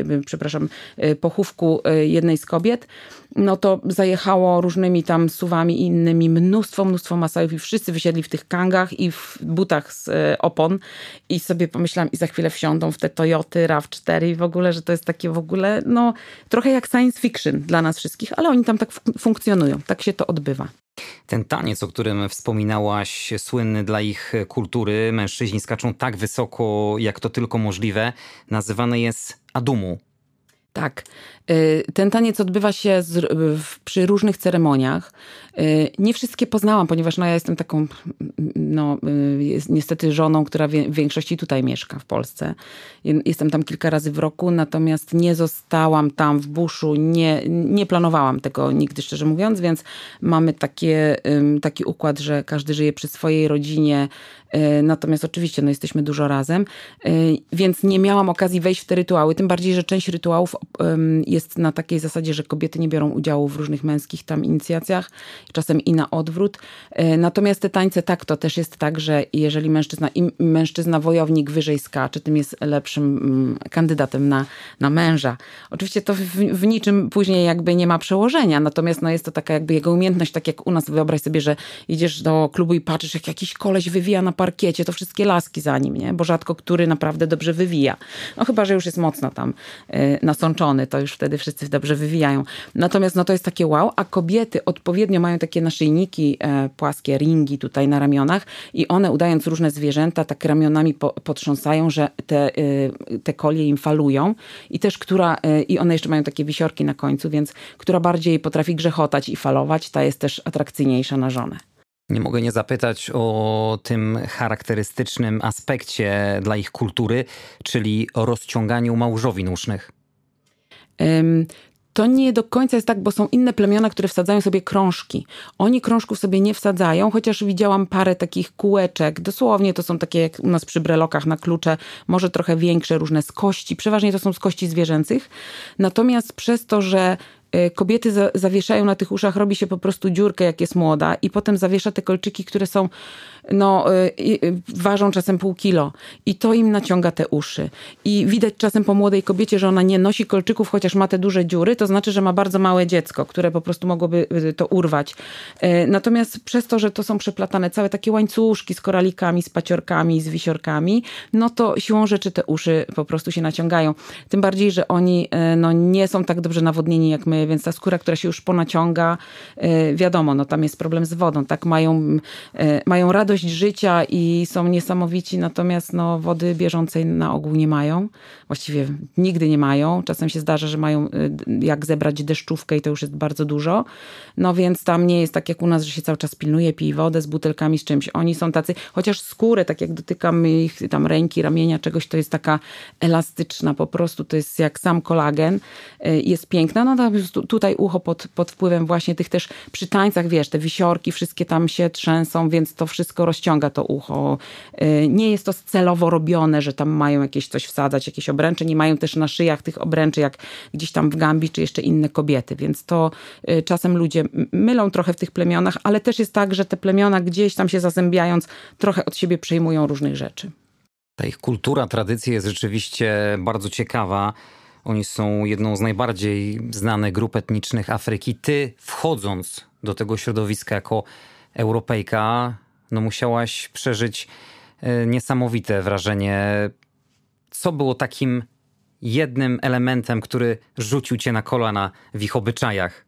pochówku jednej z kobiet, no to zajechało różnymi tam suwami i innymi mnóstwo Masajów i wszyscy wysiedli w tych kangach i w butach z opon i sobie pomyślałam i za chwilę wsiądą w te Toyoty RAV4 i w ogóle, że to jest takie w ogóle, no trochę jak science fiction dla nas wszystkich, ale oni tam tak funkcjonują, tak się to odbywa. Ten taniec, o którym wspominałaś, słynny dla ich kultury, mężczyźni skaczą tak wysoko, jak to tylko możliwe, nazywany jest adumu. Tak. Ten taniec odbywa się przy różnych ceremoniach. Nie wszystkie poznałam, ponieważ ja jestem taką niestety żoną, która w większości tutaj mieszka w Polsce. Jestem tam kilka razy w roku, natomiast nie zostałam tam w buszu, nie planowałam tego nigdy, szczerze mówiąc, więc mamy taki układ, że każdy żyje przy swojej rodzinie, natomiast oczywiście jesteśmy dużo razem, więc nie miałam okazji wejść w te rytuały, tym bardziej, że część rytuałów jest na takiej zasadzie, że kobiety nie biorą udziału w różnych męskich tam inicjacjach, czasem i na odwrót. Natomiast te tańce tak, to też jest tak, że jeżeli mężczyzna wojownik wyżej skacze, tym jest lepszym kandydatem na męża. Oczywiście to w niczym później jakby nie ma przełożenia, natomiast jest to taka jakby jego umiejętność, tak jak u nas, wyobraź sobie, że idziesz do klubu i patrzysz, jak jakiś koleś wywija na parkiecie, to wszystkie laski za nim, nie? Bo rzadko który naprawdę dobrze wywija. No chyba, że już jest mocno tam nasączony, to już wtedy wszyscy dobrze wywijają. Natomiast to jest takie wow, a kobiety odpowiednio mają takie naszyjniki płaskie, ringi tutaj na ramionach i one udając różne zwierzęta, tak ramionami potrząsają, że te kolie im falują i też i one jeszcze mają takie wisiorki na końcu, więc która bardziej potrafi grzechotać i falować, ta jest też atrakcyjniejsza na żonę. Nie mogę nie zapytać o tym charakterystycznym aspekcie dla ich kultury, czyli o rozciąganiu małżowin usznych. To nie do końca jest tak, bo są inne plemiona, które wsadzają sobie krążki. Oni krążków sobie nie wsadzają, chociaż widziałam parę takich kółeczek. Dosłownie to są takie jak u nas przy brelokach na klucze, może trochę większe, różne z kości. Przeważnie to są z kości zwierzęcych. Natomiast przez to, że kobiety zawieszają na tych uszach, robi się po prostu dziurkę, jak jest młoda i potem zawiesza te kolczyki, które są, ważą czasem pół kilo i to im naciąga te uszy. I widać czasem po młodej kobiecie, że ona nie nosi kolczyków, chociaż ma te duże dziury, to znaczy, że ma bardzo małe dziecko, które po prostu mogłoby to urwać. Natomiast przez to, że to są przeplatane całe takie łańcuszki z koralikami, z paciorkami, z wisiorkami, no to siłą rzeczy te uszy po prostu się naciągają. Tym bardziej, że oni nie są tak dobrze nawodnieni jak my, więc ta skóra, która się już ponaciąga, wiadomo, tam jest problem z wodą, tak? Mają radość życia i są niesamowici, natomiast wody bieżącej na ogół nie mają. Właściwie nigdy nie mają. Czasem się zdarza, że mają jak zebrać deszczówkę i to już jest bardzo dużo. No więc tam nie jest tak jak u nas, że się cały czas pilnuje, pije wodę z butelkami, z czymś. Oni są tacy, chociaż skórę, tak jak dotykam ich tam ręki, ramienia, czegoś, to jest taka elastyczna po prostu, to jest jak sam kolagen. Jest piękna. Tutaj ucho pod wpływem właśnie tych też przy tańcach, wiesz, te wisiorki wszystkie tam się trzęsą, więc to wszystko rozciąga to ucho. Nie jest to celowo robione, że tam mają jakieś coś wsadzać, jakieś obręcze. Nie mają też na szyjach tych obręczy, jak gdzieś tam w Gambii, czy jeszcze inne kobiety. Więc to czasem ludzie mylą trochę w tych plemionach, ale też jest tak, że te plemiona gdzieś tam się zazębiając trochę od siebie przejmują różnych rzeczy. Ta ich kultura, tradycja jest rzeczywiście bardzo ciekawa. Oni są jedną z najbardziej znanych grup etnicznych Afryki. Ty, wchodząc do tego środowiska jako Europejka, musiałaś przeżyć niesamowite wrażenie. Co było takim jednym elementem, który rzucił cię na kolana w ich obyczajach?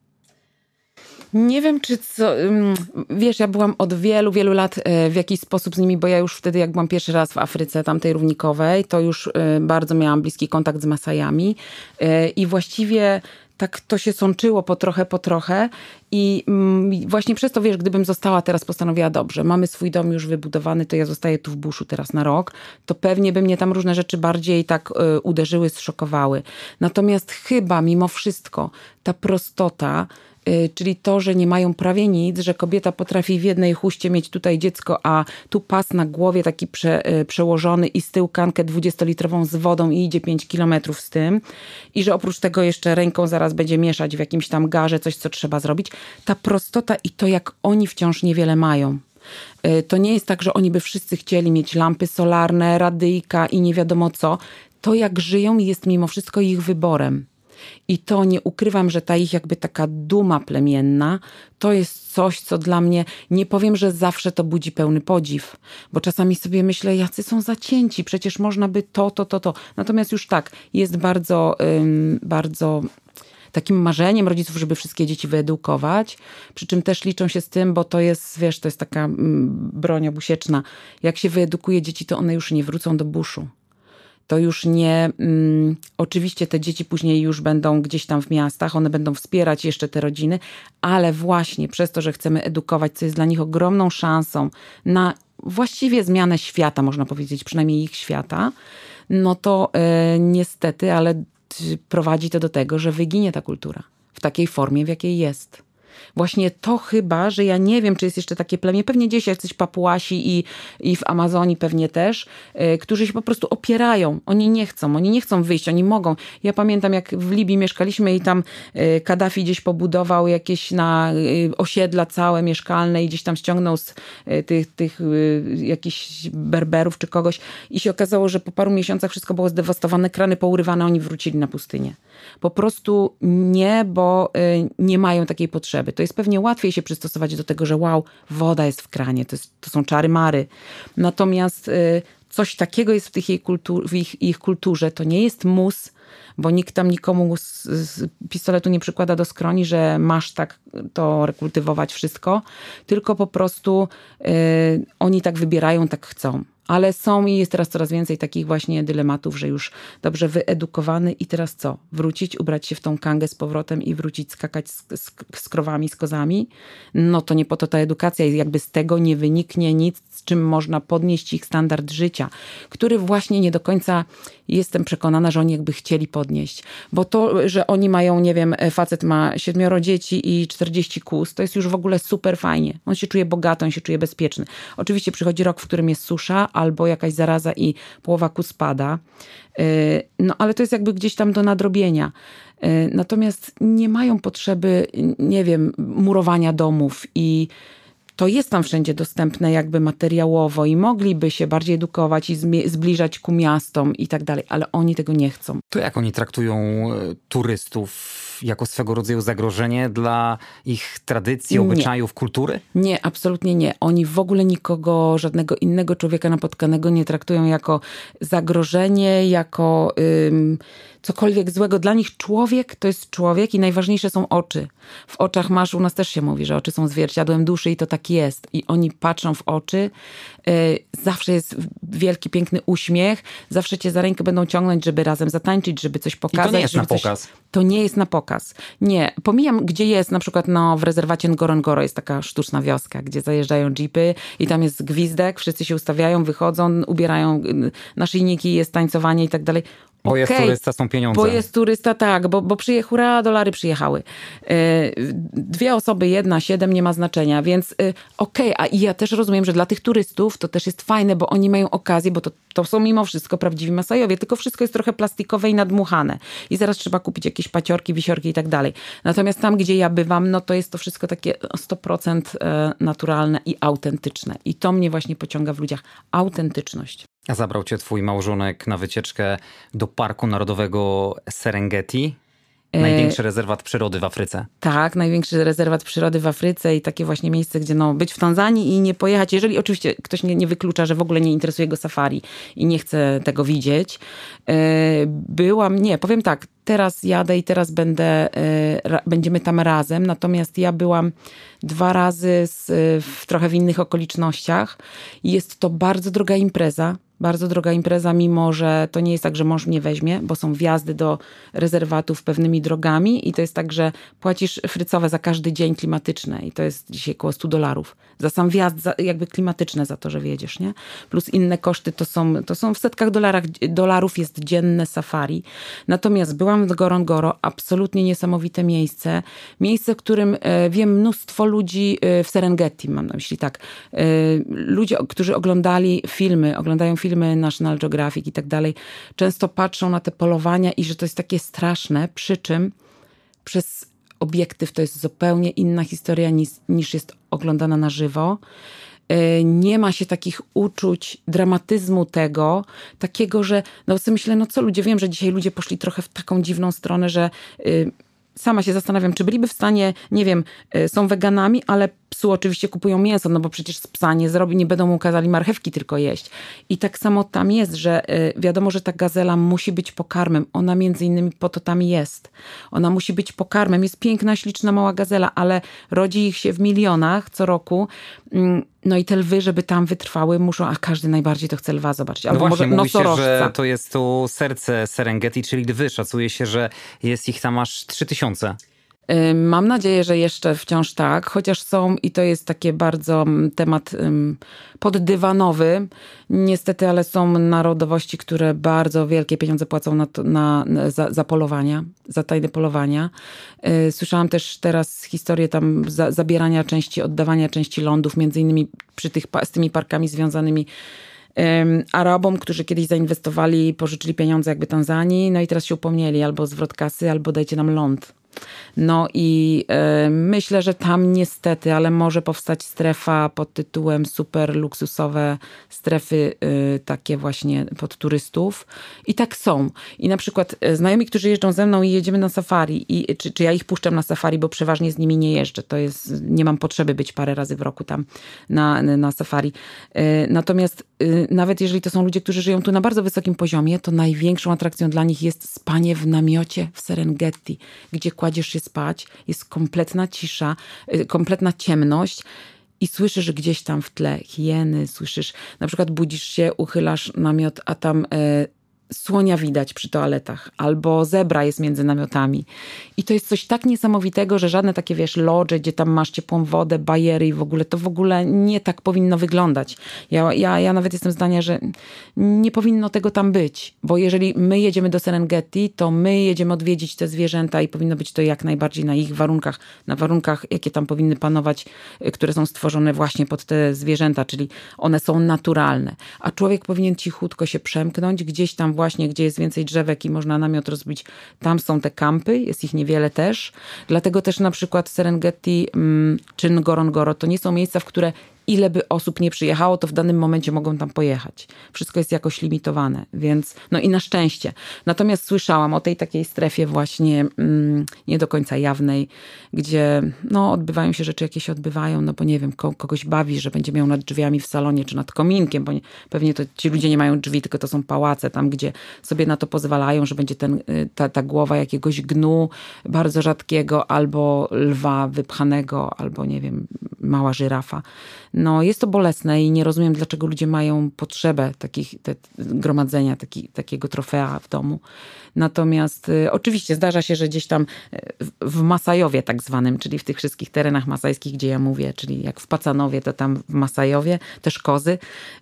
Nie wiem, czy co... Wiesz, ja byłam od wielu, wielu lat w jakiś sposób z nimi, bo ja już wtedy, jak byłam pierwszy raz w Afryce, tamtej równikowej, to już bardzo miałam bliski kontakt z Masajami i właściwie tak to się sączyło po trochę i właśnie przez to, wiesz, gdybym została teraz, postanowiła dobrze, mamy swój dom już wybudowany, to ja zostaję tu w buszu teraz na rok, to pewnie by mnie tam różne rzeczy bardziej tak uderzyły, zszokowały. Natomiast chyba mimo wszystko ta prostota, czyli to, że nie mają prawie nic, że kobieta potrafi w jednej chuście mieć tutaj dziecko, a tu pas na głowie taki przełożony i z tyłu kankę 20-litrową z wodą i idzie 5 kilometrów z tym. I że oprócz tego jeszcze ręką zaraz będzie mieszać w jakimś tam garze coś, co trzeba zrobić. Ta prostota i to, jak oni wciąż niewiele mają. To nie jest tak, że oni by wszyscy chcieli mieć lampy solarne, radyjka i nie wiadomo co. To, jak żyją, jest mimo wszystko ich wyborem. I to nie ukrywam, że ta ich jakby taka duma plemienna, to jest coś, co dla mnie, nie powiem, że zawsze to budzi pełny podziw, bo czasami sobie myślę, jacy są zacięci, przecież można by to. Natomiast już tak, jest bardzo takim marzeniem rodziców, żeby wszystkie dzieci wyedukować, przy czym też liczą się z tym, bo to jest, wiesz, to jest taka broń obusieczna. Jak się wyedukuje dzieci, to one już nie wrócą do buszu. To już nie... oczywiście te dzieci później już będą gdzieś tam w miastach, one będą wspierać jeszcze te rodziny, ale właśnie przez to, że chcemy edukować, co jest dla nich ogromną szansą na właściwie zmianę świata, można powiedzieć, przynajmniej ich świata, no to niestety, ale prowadzi to do tego, że wyginie ta kultura w takiej formie, w jakiej jest. Właśnie to chyba, że ja nie wiem, czy jest jeszcze takie plemię, pewnie gdzieś jacyś Papuasi i w Amazonii pewnie też, którzy się po prostu opierają. Oni nie chcą wyjść, oni mogą. Ja pamiętam, jak w Libii mieszkaliśmy i tam Kaddafi gdzieś pobudował jakieś osiedla całe mieszkalne i gdzieś tam ściągnął z tych jakichś Berberów czy kogoś i się okazało, że po paru miesiącach wszystko było zdewastowane, krany pourywane, oni wrócili na pustynię. Po prostu nie, bo nie mają takiej potrzeby. To jest pewnie łatwiej się przystosować do tego, że wow, woda jest w kranie, to są czary-mary. Natomiast coś takiego jest w ich kulturze. To nie jest mus, bo nikt tam nikomu z pistoletu nie przykłada do skroni, że masz tak to rekultywować wszystko, tylko po prostu oni tak wybierają, tak chcą. Ale są i jest teraz coraz więcej takich właśnie dylematów, że już dobrze wyedukowany i teraz co? Wrócić, ubrać się w tą kangę z powrotem i wrócić skakać z krowami, z kozami? No to nie po to ta edukacja i jakby z tego nie wyniknie nic, z czym można podnieść ich standard życia, który właśnie nie do końca jestem przekonana, że oni jakby chcieli podnieść. Bo to, że oni mają, nie wiem, facet ma 7 dzieci i 40 kóz, to jest już w ogóle super fajnie. On się czuje bogaty, on się czuje bezpieczny. Oczywiście przychodzi rok, w którym jest susza albo jakaś zaraza i połowa kóz pada. No ale to jest jakby gdzieś tam do nadrobienia. Natomiast nie mają potrzeby, nie wiem, murowania domów i to jest tam wszędzie dostępne jakby materiałowo i mogliby się bardziej edukować i zbliżać ku miastom i tak dalej, ale oni tego nie chcą. To jak oni traktują turystów jako swego rodzaju zagrożenie dla ich tradycji, obyczajów, kultury? Nie, absolutnie nie. Oni w ogóle nikogo, żadnego innego człowieka napotkanego nie traktują jako zagrożenie, jako cokolwiek złego. Dla nich człowiek to jest człowiek i najważniejsze są oczy. W oczach masz, u nas też się mówi, że oczy są zwierciadłem duszy i to tak jest. I oni patrzą w oczy, zawsze jest wielki, piękny uśmiech, zawsze cię za rękę będą ciągnąć, żeby razem zatańczyć, żeby coś pokazać. I to nie jest na pokaz. To nie jest na pokaz. Nie. Pomijam, gdzie jest, na przykład w rezerwacie Ngorongoro jest taka sztuczna wioska, gdzie zajeżdżają jeepy i tam jest gwizdek, wszyscy się ustawiają, wychodzą, ubierają naszyjniki, jest tańcowanie i tak dalej. Bo jest turysta, są pieniądze. Bo jest turysta, tak, bo hurra, dolary przyjechały. 2 osoby, 1, 7 nie ma znaczenia, więc a ja też rozumiem, że dla tych turystów to też jest fajne, bo oni mają okazję, bo to są mimo wszystko prawdziwi Masajowie, tylko wszystko jest trochę plastikowe i nadmuchane. I zaraz trzeba kupić jakieś paciorki, wisiorki i tak dalej. Natomiast tam, gdzie ja bywam, no to jest to wszystko takie 100% naturalne i autentyczne. I to mnie właśnie pociąga w ludziach. Autentyczność. A zabrał cię twój małżonek na wycieczkę do Parku Narodowego Serengeti? Największy rezerwat przyrody w Afryce. Tak, największy rezerwat przyrody w Afryce i takie właśnie miejsce, gdzie być w Tanzanii i nie pojechać. Jeżeli oczywiście ktoś nie wyklucza, że w ogóle nie interesuje go safari i nie chce tego widzieć. Powiem tak, teraz jadę i teraz będziemy tam razem. Natomiast ja byłam 2 razy trochę w innych okolicznościach. Jest to bardzo droga impreza. Bardzo droga impreza, mimo że to nie jest tak, że mąż mnie weźmie, bo są wjazdy do rezerwatów pewnymi drogami i to jest tak, że płacisz frycowe za każdy dzień klimatyczny i to jest dzisiaj około $100. Za sam wjazd jakby klimatyczne za to, że wjedziesz, nie? Plus inne koszty to są w setkach dolarów jest dzienne safari. Natomiast byłam w Ngorongoro, absolutnie niesamowite miejsce. Miejsce, w którym wiem mnóstwo ludzi w Serengeti, mam na myśli tak. Ludzie, którzy oglądają filmy National Geographic i tak dalej, często patrzą na te polowania i że to jest takie straszne, przy czym przez obiektyw to jest zupełnie inna historia niż jest oglądana na żywo. Nie ma się takich uczuć, dramatyzmu tego, takiego, że sobie myślę, co ludzie, wiem, że dzisiaj ludzie poszli trochę w taką dziwną stronę, że sama się zastanawiam, czy byliby w stanie, nie wiem, są weganami, ale psu oczywiście kupują mięso, bo przecież z psa nie będą mu kazali marchewki tylko jeść. I tak samo tam jest, że wiadomo, że ta gazela musi być pokarmem. Ona między innymi po to tam jest. Ona musi być pokarmem. Jest piękna, śliczna, mała gazela, ale rodzi ich się w milionach co roku. No i te lwy, żeby tam wytrwały, muszą, a każdy najbardziej to chce lwa zobaczyć. Albo właśnie, może mówi się, nosorożca. że to jest to serce Serengeti, czyli lwy. Szacuje się, że jest ich tam aż 3000. Mam nadzieję, że jeszcze wciąż tak, chociaż są, i to jest takie bardzo temat poddywanowy, niestety, ale są narodowości, które bardzo wielkie pieniądze płacą za polowania, za tajne polowania. Słyszałam też teraz historię tam zabierania części, oddawania części lądów, między innymi z tymi parkami związanymi Arabom, którzy kiedyś zainwestowali, pożyczyli pieniądze jakby Tanzanii, no i teraz się upomnieli, albo zwrot kasy, albo dajcie nam ląd. No i myślę, że tam niestety, ale może powstać strefa pod tytułem super luksusowe strefy takie właśnie pod turystów. I tak są. I na przykład znajomi, którzy jeżdżą ze mną i jedziemy na safari, czy ja ich puszczam na safari, bo przeważnie z nimi nie jeżdżę. Nie mam potrzeby być parę razy w roku tam na safari. Natomiast nawet jeżeli to są ludzie, którzy żyją tu na bardzo wysokim poziomie, to największą atrakcją dla nich jest spanie w namiocie w Serengeti, gdzie kładziesz się spać, jest kompletna cisza, kompletna ciemność i słyszysz gdzieś tam w tle hieny, słyszysz, na przykład budzisz się, uchylasz namiot, a tam słonia widać przy toaletach, albo zebra jest między namiotami. I to jest coś tak niesamowitego, że żadne takie, wiesz, lodże, gdzie tam masz ciepłą wodę, bajery i to w ogóle nie tak powinno wyglądać. Ja nawet jestem zdania, że nie powinno tego tam być, bo jeżeli my jedziemy do Serengeti, to my jedziemy odwiedzić te zwierzęta i powinno być to jak najbardziej na ich warunkach, na warunkach, jakie tam powinny panować, które są stworzone właśnie pod te zwierzęta, czyli one są naturalne. A człowiek powinien cichutko się przemknąć, gdzieś tam właśnie, gdzie jest więcej drzewek i można namiot rozbić, tam są te kampy, jest ich niewiele też. Dlatego też na przykład Serengeti czy Ngorongoro to nie są miejsca, w które ile by osób nie przyjechało, to w danym momencie mogą tam pojechać. Wszystko jest jakoś limitowane, więc no i na szczęście. Natomiast słyszałam o tej takiej strefie właśnie nie do końca jawnej, gdzie no odbywają się rzeczy, jakie się odbywają, no bo nie wiem, kogoś bawi, że będzie miał nad drzwiami w salonie, czy nad kominkiem, bo pewnie to ci ludzie nie mają drzwi, tylko to są pałace tam, gdzie sobie na to pozwalają, że będzie ta głowa jakiegoś gnu bardzo rzadkiego, albo lwa wypchanego, albo nie wiem, mała żyrafa. No jest to bolesne i nie rozumiem, dlaczego ludzie mają potrzebę gromadzenia takiego trofea w domu. Natomiast oczywiście zdarza się, że gdzieś tam w Masajowie tak zwanym, czyli w tych wszystkich terenach masajskich, gdzie ja mówię, czyli jak w Pacanowie, to tam w Masajowie, też kozy.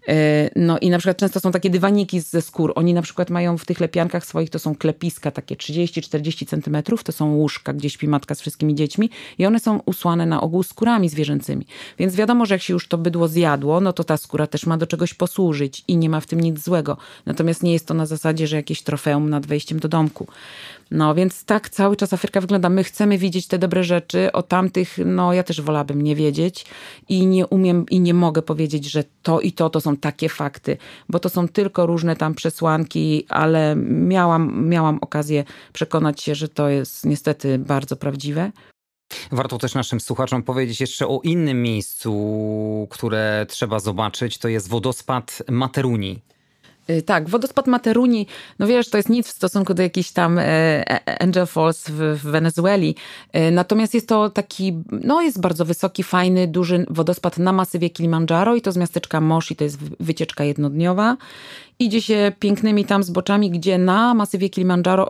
No i na przykład często są takie dywaniki ze skór. Oni na przykład mają w tych lepiankach swoich, to są klepiska takie 30-40 centymetrów, to są łóżka, gdzie śpi matka z wszystkimi dziećmi i one są usłane na ogół skórami zwierzęcymi. Więc wiadomo, że jak się już to bydło zjadło, no to ta skóra też ma do czegoś posłużyć i nie ma w tym nic złego. Natomiast nie jest to na zasadzie, że jakieś trofeum nad wejściem do domku. No więc tak cały czas Afryka wygląda. My chcemy widzieć te dobre rzeczy. O tamtych, no ja też wolałabym nie wiedzieć i nie umiem i nie mogę powiedzieć, że to i to są takie fakty, bo to są tylko różne tam przesłanki, ale miałam okazję przekonać się, że to jest niestety bardzo prawdziwe. Warto też naszym słuchaczom powiedzieć jeszcze o innym miejscu, które trzeba zobaczyć. To jest wodospad Materuni. Tak, wodospad Materuni, no wiesz, to jest nic w stosunku do jakichś tam Angel Falls w Wenezueli. Natomiast jest to taki, no jest bardzo wysoki, fajny, duży wodospad na masywie Kilimandżaro i to z miasteczka Moshi, to jest wycieczka jednodniowa. Idzie się pięknymi tam zboczami, gdzie na masywie Kilimandżaro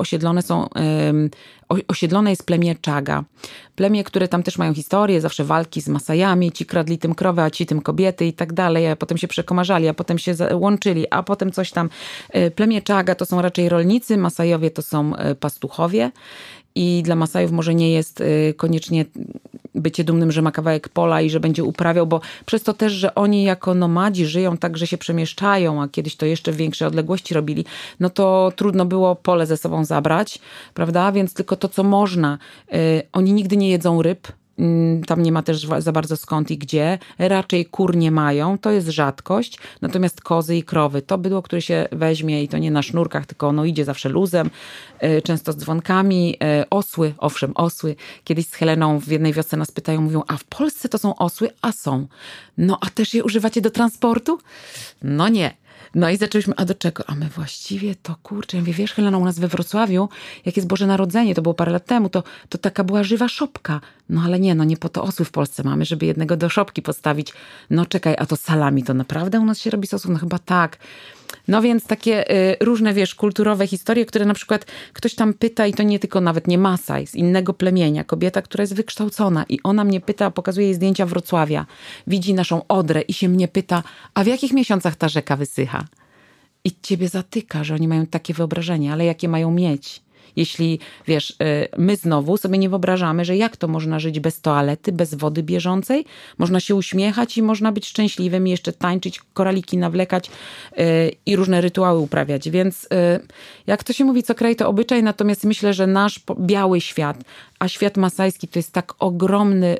osiedlone jest plemię Czaga. Plemię, które tam też mają historię, zawsze walki z Masajami, ci kradli tym krowę, a ci tym kobiety i tak dalej, a potem się przekomarzali, a potem się łączyli, a potem coś tam. Plemię Czaga to są raczej rolnicy, Masajowie to są pastuchowie. I dla Masajów może nie jest koniecznie bycie dumnym, że ma kawałek pola i że będzie uprawiał, bo przez to też, że oni jako nomadzi żyją tak, że się przemieszczają, a kiedyś to jeszcze w większej odległości robili, no to trudno było pole ze sobą zabrać, prawda? Więc tylko to, co można. Oni nigdy nie jedzą ryb. Tam nie ma też za bardzo skąd i gdzie. Raczej kur nie mają, to jest rzadkość. Natomiast kozy i krowy, to bydło, które się weźmie i to nie na sznurkach, tylko ono idzie zawsze luzem, często z dzwonkami. Osły, owszem, osły. Kiedyś z Heleną w jednej wiosce nas pytają, mówią, a w Polsce to są osły? A są. No, a też je używacie do transportu? No nie. No i zaczęliśmy, a do czego? A my właściwie to kurczę, ja mówię, wiesz Helena, u nas we Wrocławiu, jak jest Boże Narodzenie, to było parę lat temu, to taka była żywa szopka. No ale nie po to osły w Polsce mamy, żeby jednego do szopki postawić. No czekaj, a to salami to naprawdę u nas się robi z osób? No chyba tak. No więc takie różne, wiesz, kulturowe historie, które na przykład ktoś tam pyta i to nie tylko nawet nie Masaj, z innego plemienia, kobieta, która jest wykształcona i ona mnie pyta, pokazuje jej zdjęcia Wrocławia, widzi naszą Odrę i się mnie pyta, a w jakich miesiącach ta rzeka wysycha? I ciebie zatyka, że oni mają takie wyobrażenie, ale jakie mają mieć? Jeśli, wiesz, my znowu sobie nie wyobrażamy, że jak to można żyć bez toalety, bez wody bieżącej, można się uśmiechać i można być szczęśliwym i jeszcze tańczyć, koraliki nawlekać i różne rytuały uprawiać. Więc jak to się mówi, co kraj to obyczaj, natomiast myślę, że nasz biały świat, a świat masajski to jest tak ogromny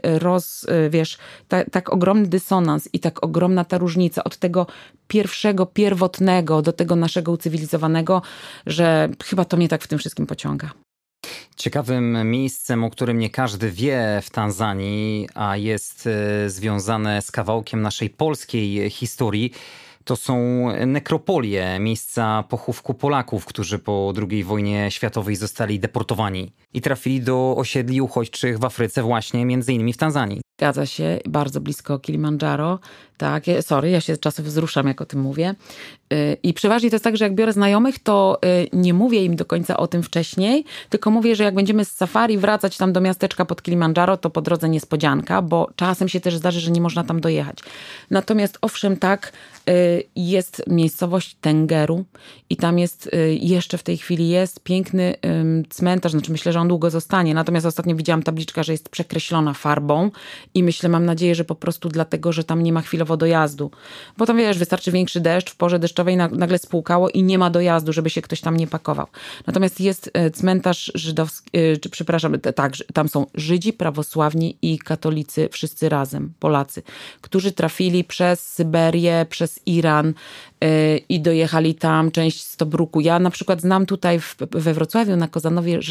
tak ogromny dysonans i tak ogromna ta różnica od tego pierwszego, pierwotnego do tego naszego ucywilizowanego, że chyba to mnie tak w tym wszystkim pociąga. Ciekawym miejscem, o którym nie każdy wie w Tanzanii, a jest związane z kawałkiem naszej polskiej historii, to są nekropolie, miejsca pochówku Polaków, którzy po II wojnie światowej zostali deportowani i trafili do osiedli uchodźczych w Afryce, właśnie między innymi w Tanzanii. Zgadza się, bardzo blisko Kilimandżaro. Tak, ja się czasem wzruszam, jak o tym mówię. I przeważnie to jest tak, że jak biorę znajomych, to nie mówię im do końca o tym wcześniej, tylko mówię, że jak będziemy z safari wracać tam do miasteczka pod Kilimandżaro, to po drodze niespodzianka, bo czasem się też zdarzy, że nie można tam dojechać. Natomiast owszem, tak, jest miejscowość Tengeru i tam jest, jeszcze w tej chwili jest piękny cmentarz, znaczy myślę, że on długo zostanie. Natomiast ostatnio widziałam tabliczkę, że jest przekreślona farbą i myślę, mam nadzieję, że po prostu dlatego, że tam nie ma chwilowo dojazdu. Bo tam wiesz, wystarczy większy deszcz, w porze deszczowej nagle spłukało i nie ma dojazdu, żeby się ktoś tam nie pakował. Natomiast jest cmentarz żydowski, tak, tam są Żydzi, prawosławni i katolicy, wszyscy razem, Polacy, którzy trafili przez Syberię, przez Iran i dojechali tam, część z Tobruku. Ja na przykład znam tutaj we Wrocławiu na Kozanowie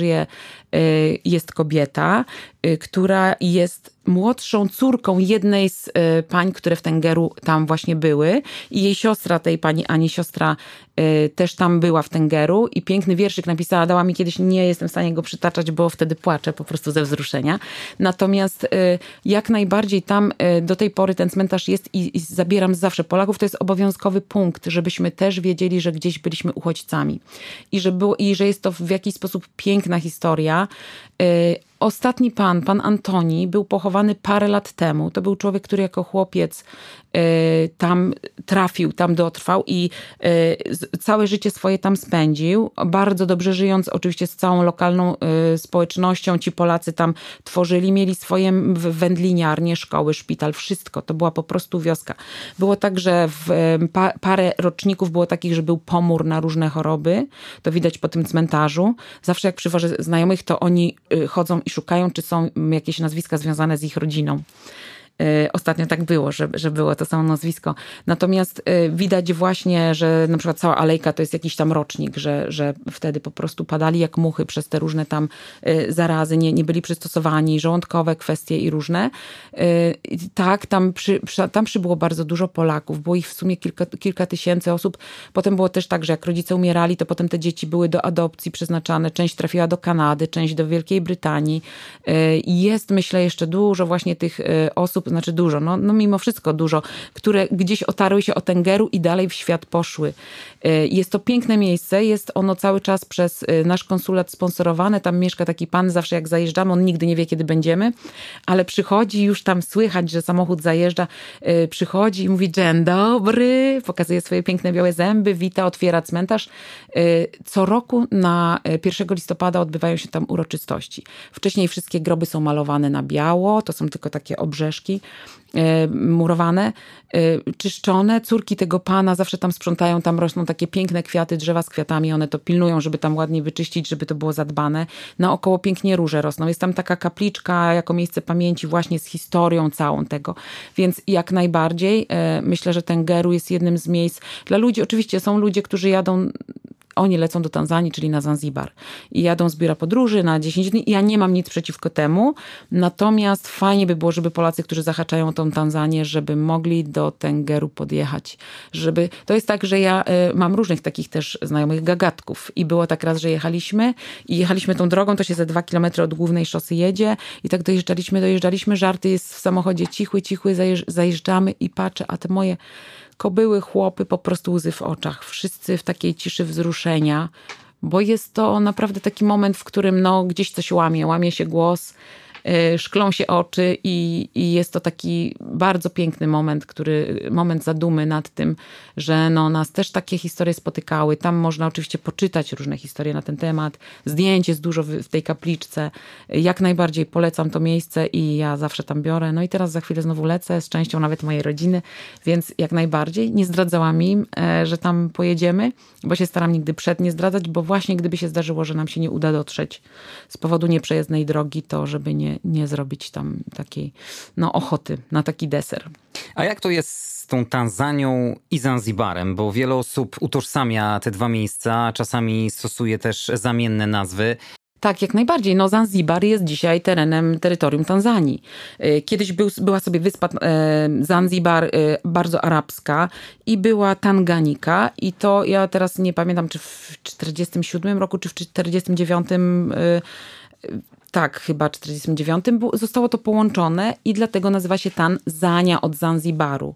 jest kobieta, która jest młodszą córką jednej z pań, które w Tengeru tam właśnie były i jej siostra, tej pani Ani siostra, też tam była w Tengeru i piękny wierszyk napisała, dała mi kiedyś, nie jestem w stanie go przytaczać, bo wtedy płaczę po prostu ze wzruszenia. Natomiast jak najbardziej tam do tej pory ten cmentarz jest i zabieram zawsze Polaków, to jest obowiązkowy punkt, żebyśmy też wiedzieli, że gdzieś byliśmy uchodźcami i że jest to w jakiś sposób piękna historia. Ostatni pan Antoni, był pochowany parę lat temu. To był człowiek, który jako chłopiec tam trafił, tam dotrwał i całe życie swoje tam spędził. Bardzo dobrze żyjąc, oczywiście z całą lokalną społecznością. Ci Polacy tam tworzyli, mieli swoje wędliniarnie, szkoły, szpital, wszystko. To była po prostu wioska. Było tak, że parę roczników było takich, że był pomór na różne choroby. To widać po tym cmentarzu. Zawsze jak przywożę znajomych, to oni chodzą i szukają, czy są jakieś nazwiska związane z ich rodziną. Ostatnio tak było, że było to samo nazwisko. Natomiast widać właśnie, że na przykład cała alejka to jest jakiś tam rocznik, że wtedy po prostu padali jak muchy przez te różne tam zarazy, nie byli przystosowani, żołądkowe kwestie i różne. Tak, tam przybyło bardzo dużo Polaków. Było ich w sumie kilka tysięcy osób. Potem było też tak, że jak rodzice umierali, to potem te dzieci były do adopcji przeznaczane. Część trafiła do Kanady, część do Wielkiej Brytanii. Jest, myślę, jeszcze dużo właśnie tych osób, znaczy dużo, no mimo wszystko dużo, które gdzieś otarły się o Tengeru i dalej w świat poszły. Jest to piękne miejsce, jest ono cały czas przez nasz konsulat sponsorowane, tam mieszka taki pan, zawsze jak zajeżdżamy, on nigdy nie wie, kiedy będziemy, ale przychodzi, już tam słychać, że samochód zajeżdża, przychodzi i mówi dzień dobry, pokazuje swoje piękne białe zęby, wita, otwiera cmentarz. Co roku na 1 listopada odbywają się tam uroczystości. Wcześniej wszystkie groby są malowane na biało, to są tylko takie obrzeżki murowane, czyszczone. Córki tego pana zawsze tam sprzątają, tam rosną takie piękne kwiaty, drzewa z kwiatami, one to pilnują, żeby tam ładnie wyczyścić, żeby to było zadbane. Naokoło pięknie róże rosną. Jest tam taka kapliczka jako miejsce pamięci właśnie z historią całą tego. Więc jak najbardziej myślę, że Tengeru jest jednym z miejsc dla ludzi. Oczywiście są ludzie, którzy jadą. Oni lecą do Tanzanii, czyli na Zanzibar i jadą z biura podróży na 10 dni. Ja nie mam nic przeciwko temu, natomiast fajnie by było, żeby Polacy, którzy zahaczają o tą Tanzanię, żeby mogli do Tengeru podjechać. To jest tak, że ja mam różnych takich też znajomych gagatków i było tak raz, że jechaliśmy tą drogą, to się ze 2 kilometry od głównej szosy jedzie i tak dojeżdżaliśmy, żarty jest w samochodzie cichły, zajeżdżamy i patrzę, a te moje kobyły, chłopy, po prostu łzy w oczach. Wszyscy w takiej ciszy wzruszenia, bo jest to naprawdę taki moment, w którym gdzieś coś łamie się głos, szklą się oczy i jest to taki bardzo piękny moment, moment zadumy nad tym, że nas też takie historie spotykały. Tam można oczywiście poczytać różne historie na ten temat. Zdjęć jest dużo w tej kapliczce. Jak najbardziej polecam to miejsce i ja zawsze tam biorę. No i teraz za chwilę znowu lecę, z częścią nawet mojej rodziny, więc jak najbardziej. Nie zdradzałam im, że tam pojedziemy, bo się staram nigdy nie zdradzać, bo właśnie gdyby się zdarzyło, że nam się nie uda dotrzeć z powodu nieprzejezdnej drogi, to żeby nie zrobić tam takiej ochoty na taki deser. A jak to jest z tą Tanzanią i Zanzibarem? Bo wiele osób utożsamia te dwa miejsca, czasami stosuje też zamienne nazwy. Tak, jak najbardziej. No Zanzibar jest dzisiaj terytorium Tanzanii. Kiedyś była sobie wyspa Zanzibar bardzo arabska i była Tanganika i to ja teraz nie pamiętam, czy w 47 roku, czy w 49 tak, chyba 49 zostało to połączone i dlatego nazywa się Tanzania od Zanzibaru.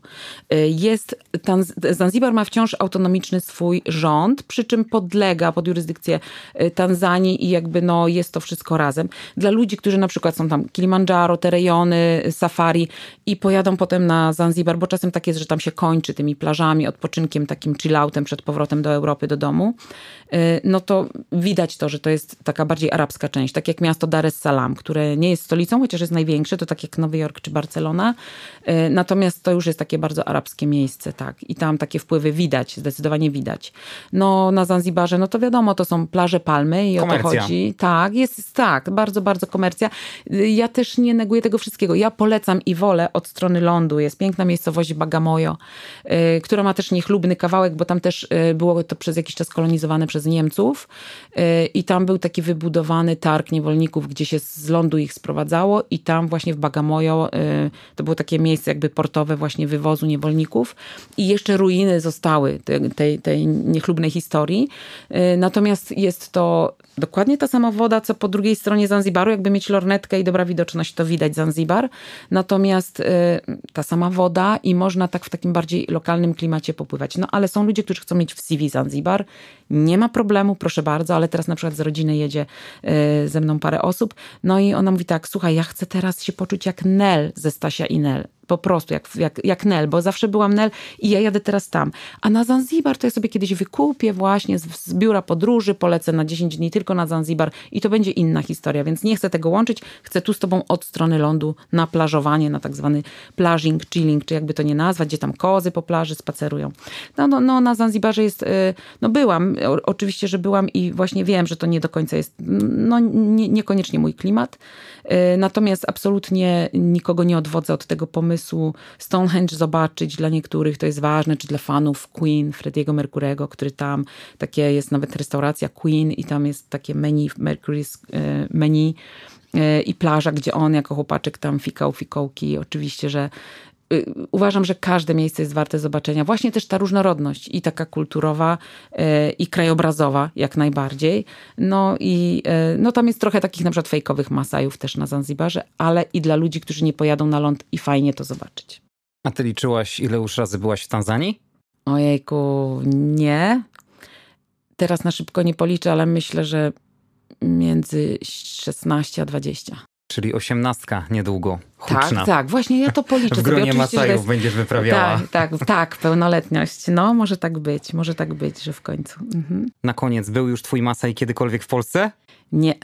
Zanzibar ma wciąż autonomiczny swój rząd, przy czym podlega pod jurysdykcję Tanzanii i jakby jest to wszystko razem. Dla ludzi, którzy na przykład są tam Kilimandżaro, te rejony, safari i pojadą potem na Zanzibar, bo czasem tak jest, że tam się kończy tymi plażami, odpoczynkiem, takim chilloutem przed powrotem do Europy, do domu, no to widać to, że to jest taka bardziej arabska część, tak jak miasto Dar es Salaam, które nie jest stolicą, chociaż jest największe, to tak jak Nowy Jork czy Barcelona. Natomiast to już jest takie bardzo arabskie miejsce, tak. I tam takie wpływy widać, zdecydowanie widać. No na Zanzibarze, no to wiadomo, to są plaże palmy i komercja. O to chodzi. Tak, jest tak, bardzo, bardzo komercja. Ja też nie neguję tego wszystkiego. Ja polecam i wolę od strony lądu. Jest piękna miejscowość Bagamoyo, która ma też niechlubny kawałek, bo tam też było to przez jakiś czas kolonizowane przez Niemców i tam był taki wybudowany targ niewolników, gdzie się z lądu ich sprowadzało i tam właśnie w Bagamoyo to było takie miejsce jakby portowe właśnie wywozu niewolników i jeszcze ruiny zostały tej niechlubnej historii. Natomiast jest to dokładnie ta sama woda, co po drugiej stronie Zanzibaru. Jakby mieć lornetkę i dobra widoczność, to widać Zanzibar. Natomiast ta sama woda i można tak w takim bardziej lokalnym klimacie popływać. No ale są ludzie, którzy chcą mieć w CV Zanzibar. Nie ma problemu, proszę bardzo, ale teraz na przykład z rodziny jedzie ze mną parę osób. No i ona mówi tak, słuchaj, ja chcę teraz się poczuć jak Nel ze Stasia i Nel. Po prostu jak Nel, bo zawsze byłam Nel i ja jadę teraz tam. A na Zanzibar to ja sobie kiedyś wykupię właśnie z biura podróży, polecę na 10 dni tylko na Zanzibar i to będzie inna historia, więc nie chcę tego łączyć. Chcę tu z tobą od strony lądu na plażowanie, na tak zwany plażing, chilling, czy jakby to nie nazwać, gdzie tam kozy po plaży spacerują. No na Zanzibarze jest, byłam, oczywiście, że byłam i właśnie wiem, że to nie do końca jest, niekoniecznie mój klimat. Natomiast absolutnie nikogo nie odwodzę od tego pomysłu. Stonehenge zobaczyć dla niektórych to jest ważne, czy dla fanów Queen, Freddie'ego Mercurego, który tam, takie jest nawet restauracja Queen i tam jest takie menu, Mercury's menu i plaża, gdzie on jako chłopaczek tam fikał fikołki. Oczywiście, że uważam, że każde miejsce jest warte zobaczenia. Właśnie też ta różnorodność i taka kulturowa i krajobrazowa jak najbardziej. No i tam jest trochę takich na przykład fejkowych Masajów też na Zanzibarze, ale i dla ludzi, którzy nie pojadą na ląd i fajnie to zobaczyć. A ty liczyłaś, ile już razy byłaś w Tanzanii? Ojejku, nie. Teraz na szybko nie policzę, ale myślę, że między 16 a 20. Czyli 18 niedługo. Huczna. Tak, właśnie ja to policzę. W gronie Masajów będziesz wyprawiała. Tak, pełnoletność. No, może tak być, że w końcu. Mhm. Na koniec, był już twój Masaj kiedykolwiek w Polsce? Nie.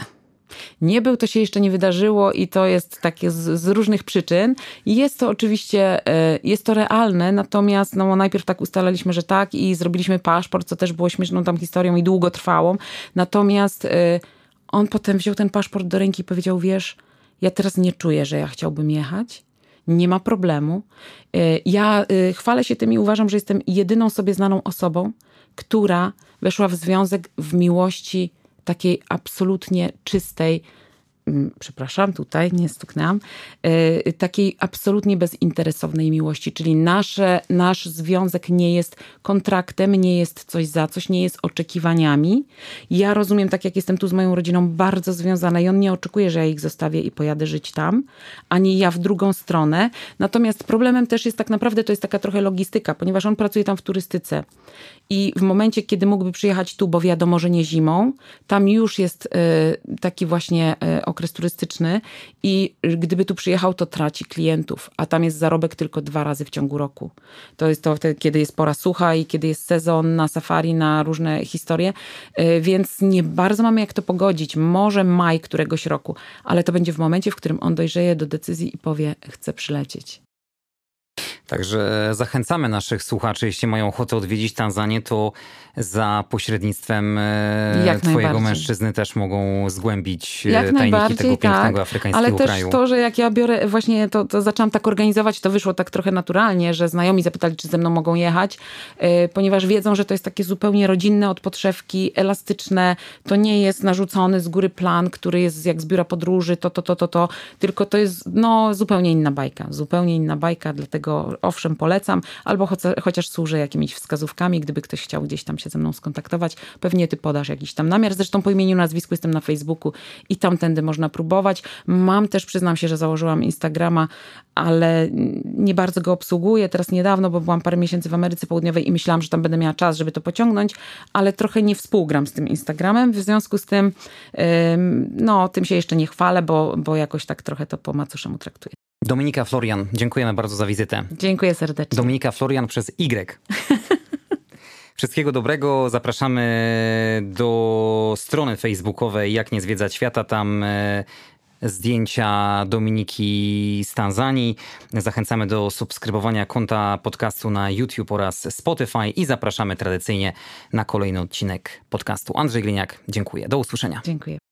Nie był, to się jeszcze nie wydarzyło i to jest takie z różnych przyczyn. Jest to oczywiście, jest to realne, natomiast najpierw tak ustalaliśmy, że tak i zrobiliśmy paszport, co też było śmieszną tam historią i długo trwało. Natomiast on potem wziął ten paszport do ręki i powiedział, wiesz, ja teraz nie czuję, że ja chciałbym jechać. Nie ma problemu. Ja chwalę się tym i uważam, że jestem jedyną sobie znaną osobą, która weszła w związek w miłości takiej absolutnie czystej, przepraszam, tutaj nie stuknęłam, takiej absolutnie bezinteresownej miłości, czyli nasz związek nie jest kontraktem, nie jest coś za coś, nie jest oczekiwaniami. Ja rozumiem, tak jak jestem tu z moją rodziną bardzo związana i on nie oczekuje, że ja ich zostawię i pojadę żyć tam, ani ja w drugą stronę. Natomiast problemem też jest tak naprawdę, to jest taka trochę logistyka, ponieważ on pracuje tam w turystyce i w momencie, kiedy mógłby przyjechać tu, bo wiadomo, że nie zimą, tam już jest taki właśnie okres turystyczny i gdyby tu przyjechał, to traci klientów, a tam jest zarobek tylko 2 razy w ciągu roku. To jest to wtedy, kiedy jest pora sucha i kiedy jest sezon na safari, na różne historie, więc nie bardzo mamy jak to pogodzić. Może maj któregoś roku, ale to będzie w momencie, w którym on dojrzeje do decyzji i powie, chcę przylecieć. Także zachęcamy naszych słuchaczy, jeśli mają ochotę odwiedzić Tanzanię, to za pośrednictwem twojego mężczyzny też mogą zgłębić tajniki tego pięknego afrykańskiego kraju. Ale też to, że jak ja biorę, właśnie to zaczęłam tak organizować, to wyszło tak trochę naturalnie, że znajomi zapytali, czy ze mną mogą jechać, ponieważ wiedzą, że to jest takie zupełnie rodzinne od podszewki, elastyczne, to nie jest narzucony z góry plan, który jest jak z biura podróży, tylko to jest zupełnie inna bajka, dlatego owszem polecam, albo chociaż służę jakimiś wskazówkami, gdyby ktoś chciał gdzieś tam się ze mną skontaktować, pewnie ty podasz jakiś tam namiar, zresztą po imieniu, nazwisku jestem na Facebooku i tamtędy można próbować. Mam też, przyznam się, że założyłam Instagrama, ale nie bardzo go obsługuję teraz niedawno, bo byłam parę miesięcy w Ameryce Południowej i myślałam, że tam będę miała czas, żeby to pociągnąć, ale trochę nie współgram z tym Instagramem, w związku z tym tym się jeszcze nie chwalę, bo jakoś tak trochę to po macoszemu traktuję. Dominika Florian, dziękujemy bardzo za wizytę. Dziękuję serdecznie. Dominika Florian przez Y. Wszystkiego dobrego. Zapraszamy do strony facebookowej Jak nie zwiedzać świata. Tam zdjęcia Dominiki z Tanzanii. Zachęcamy do subskrybowania konta podcastu na YouTube oraz Spotify i zapraszamy tradycyjnie na kolejny odcinek podcastu. Andrzej Gliniak, dziękuję. Do usłyszenia. Dziękuję.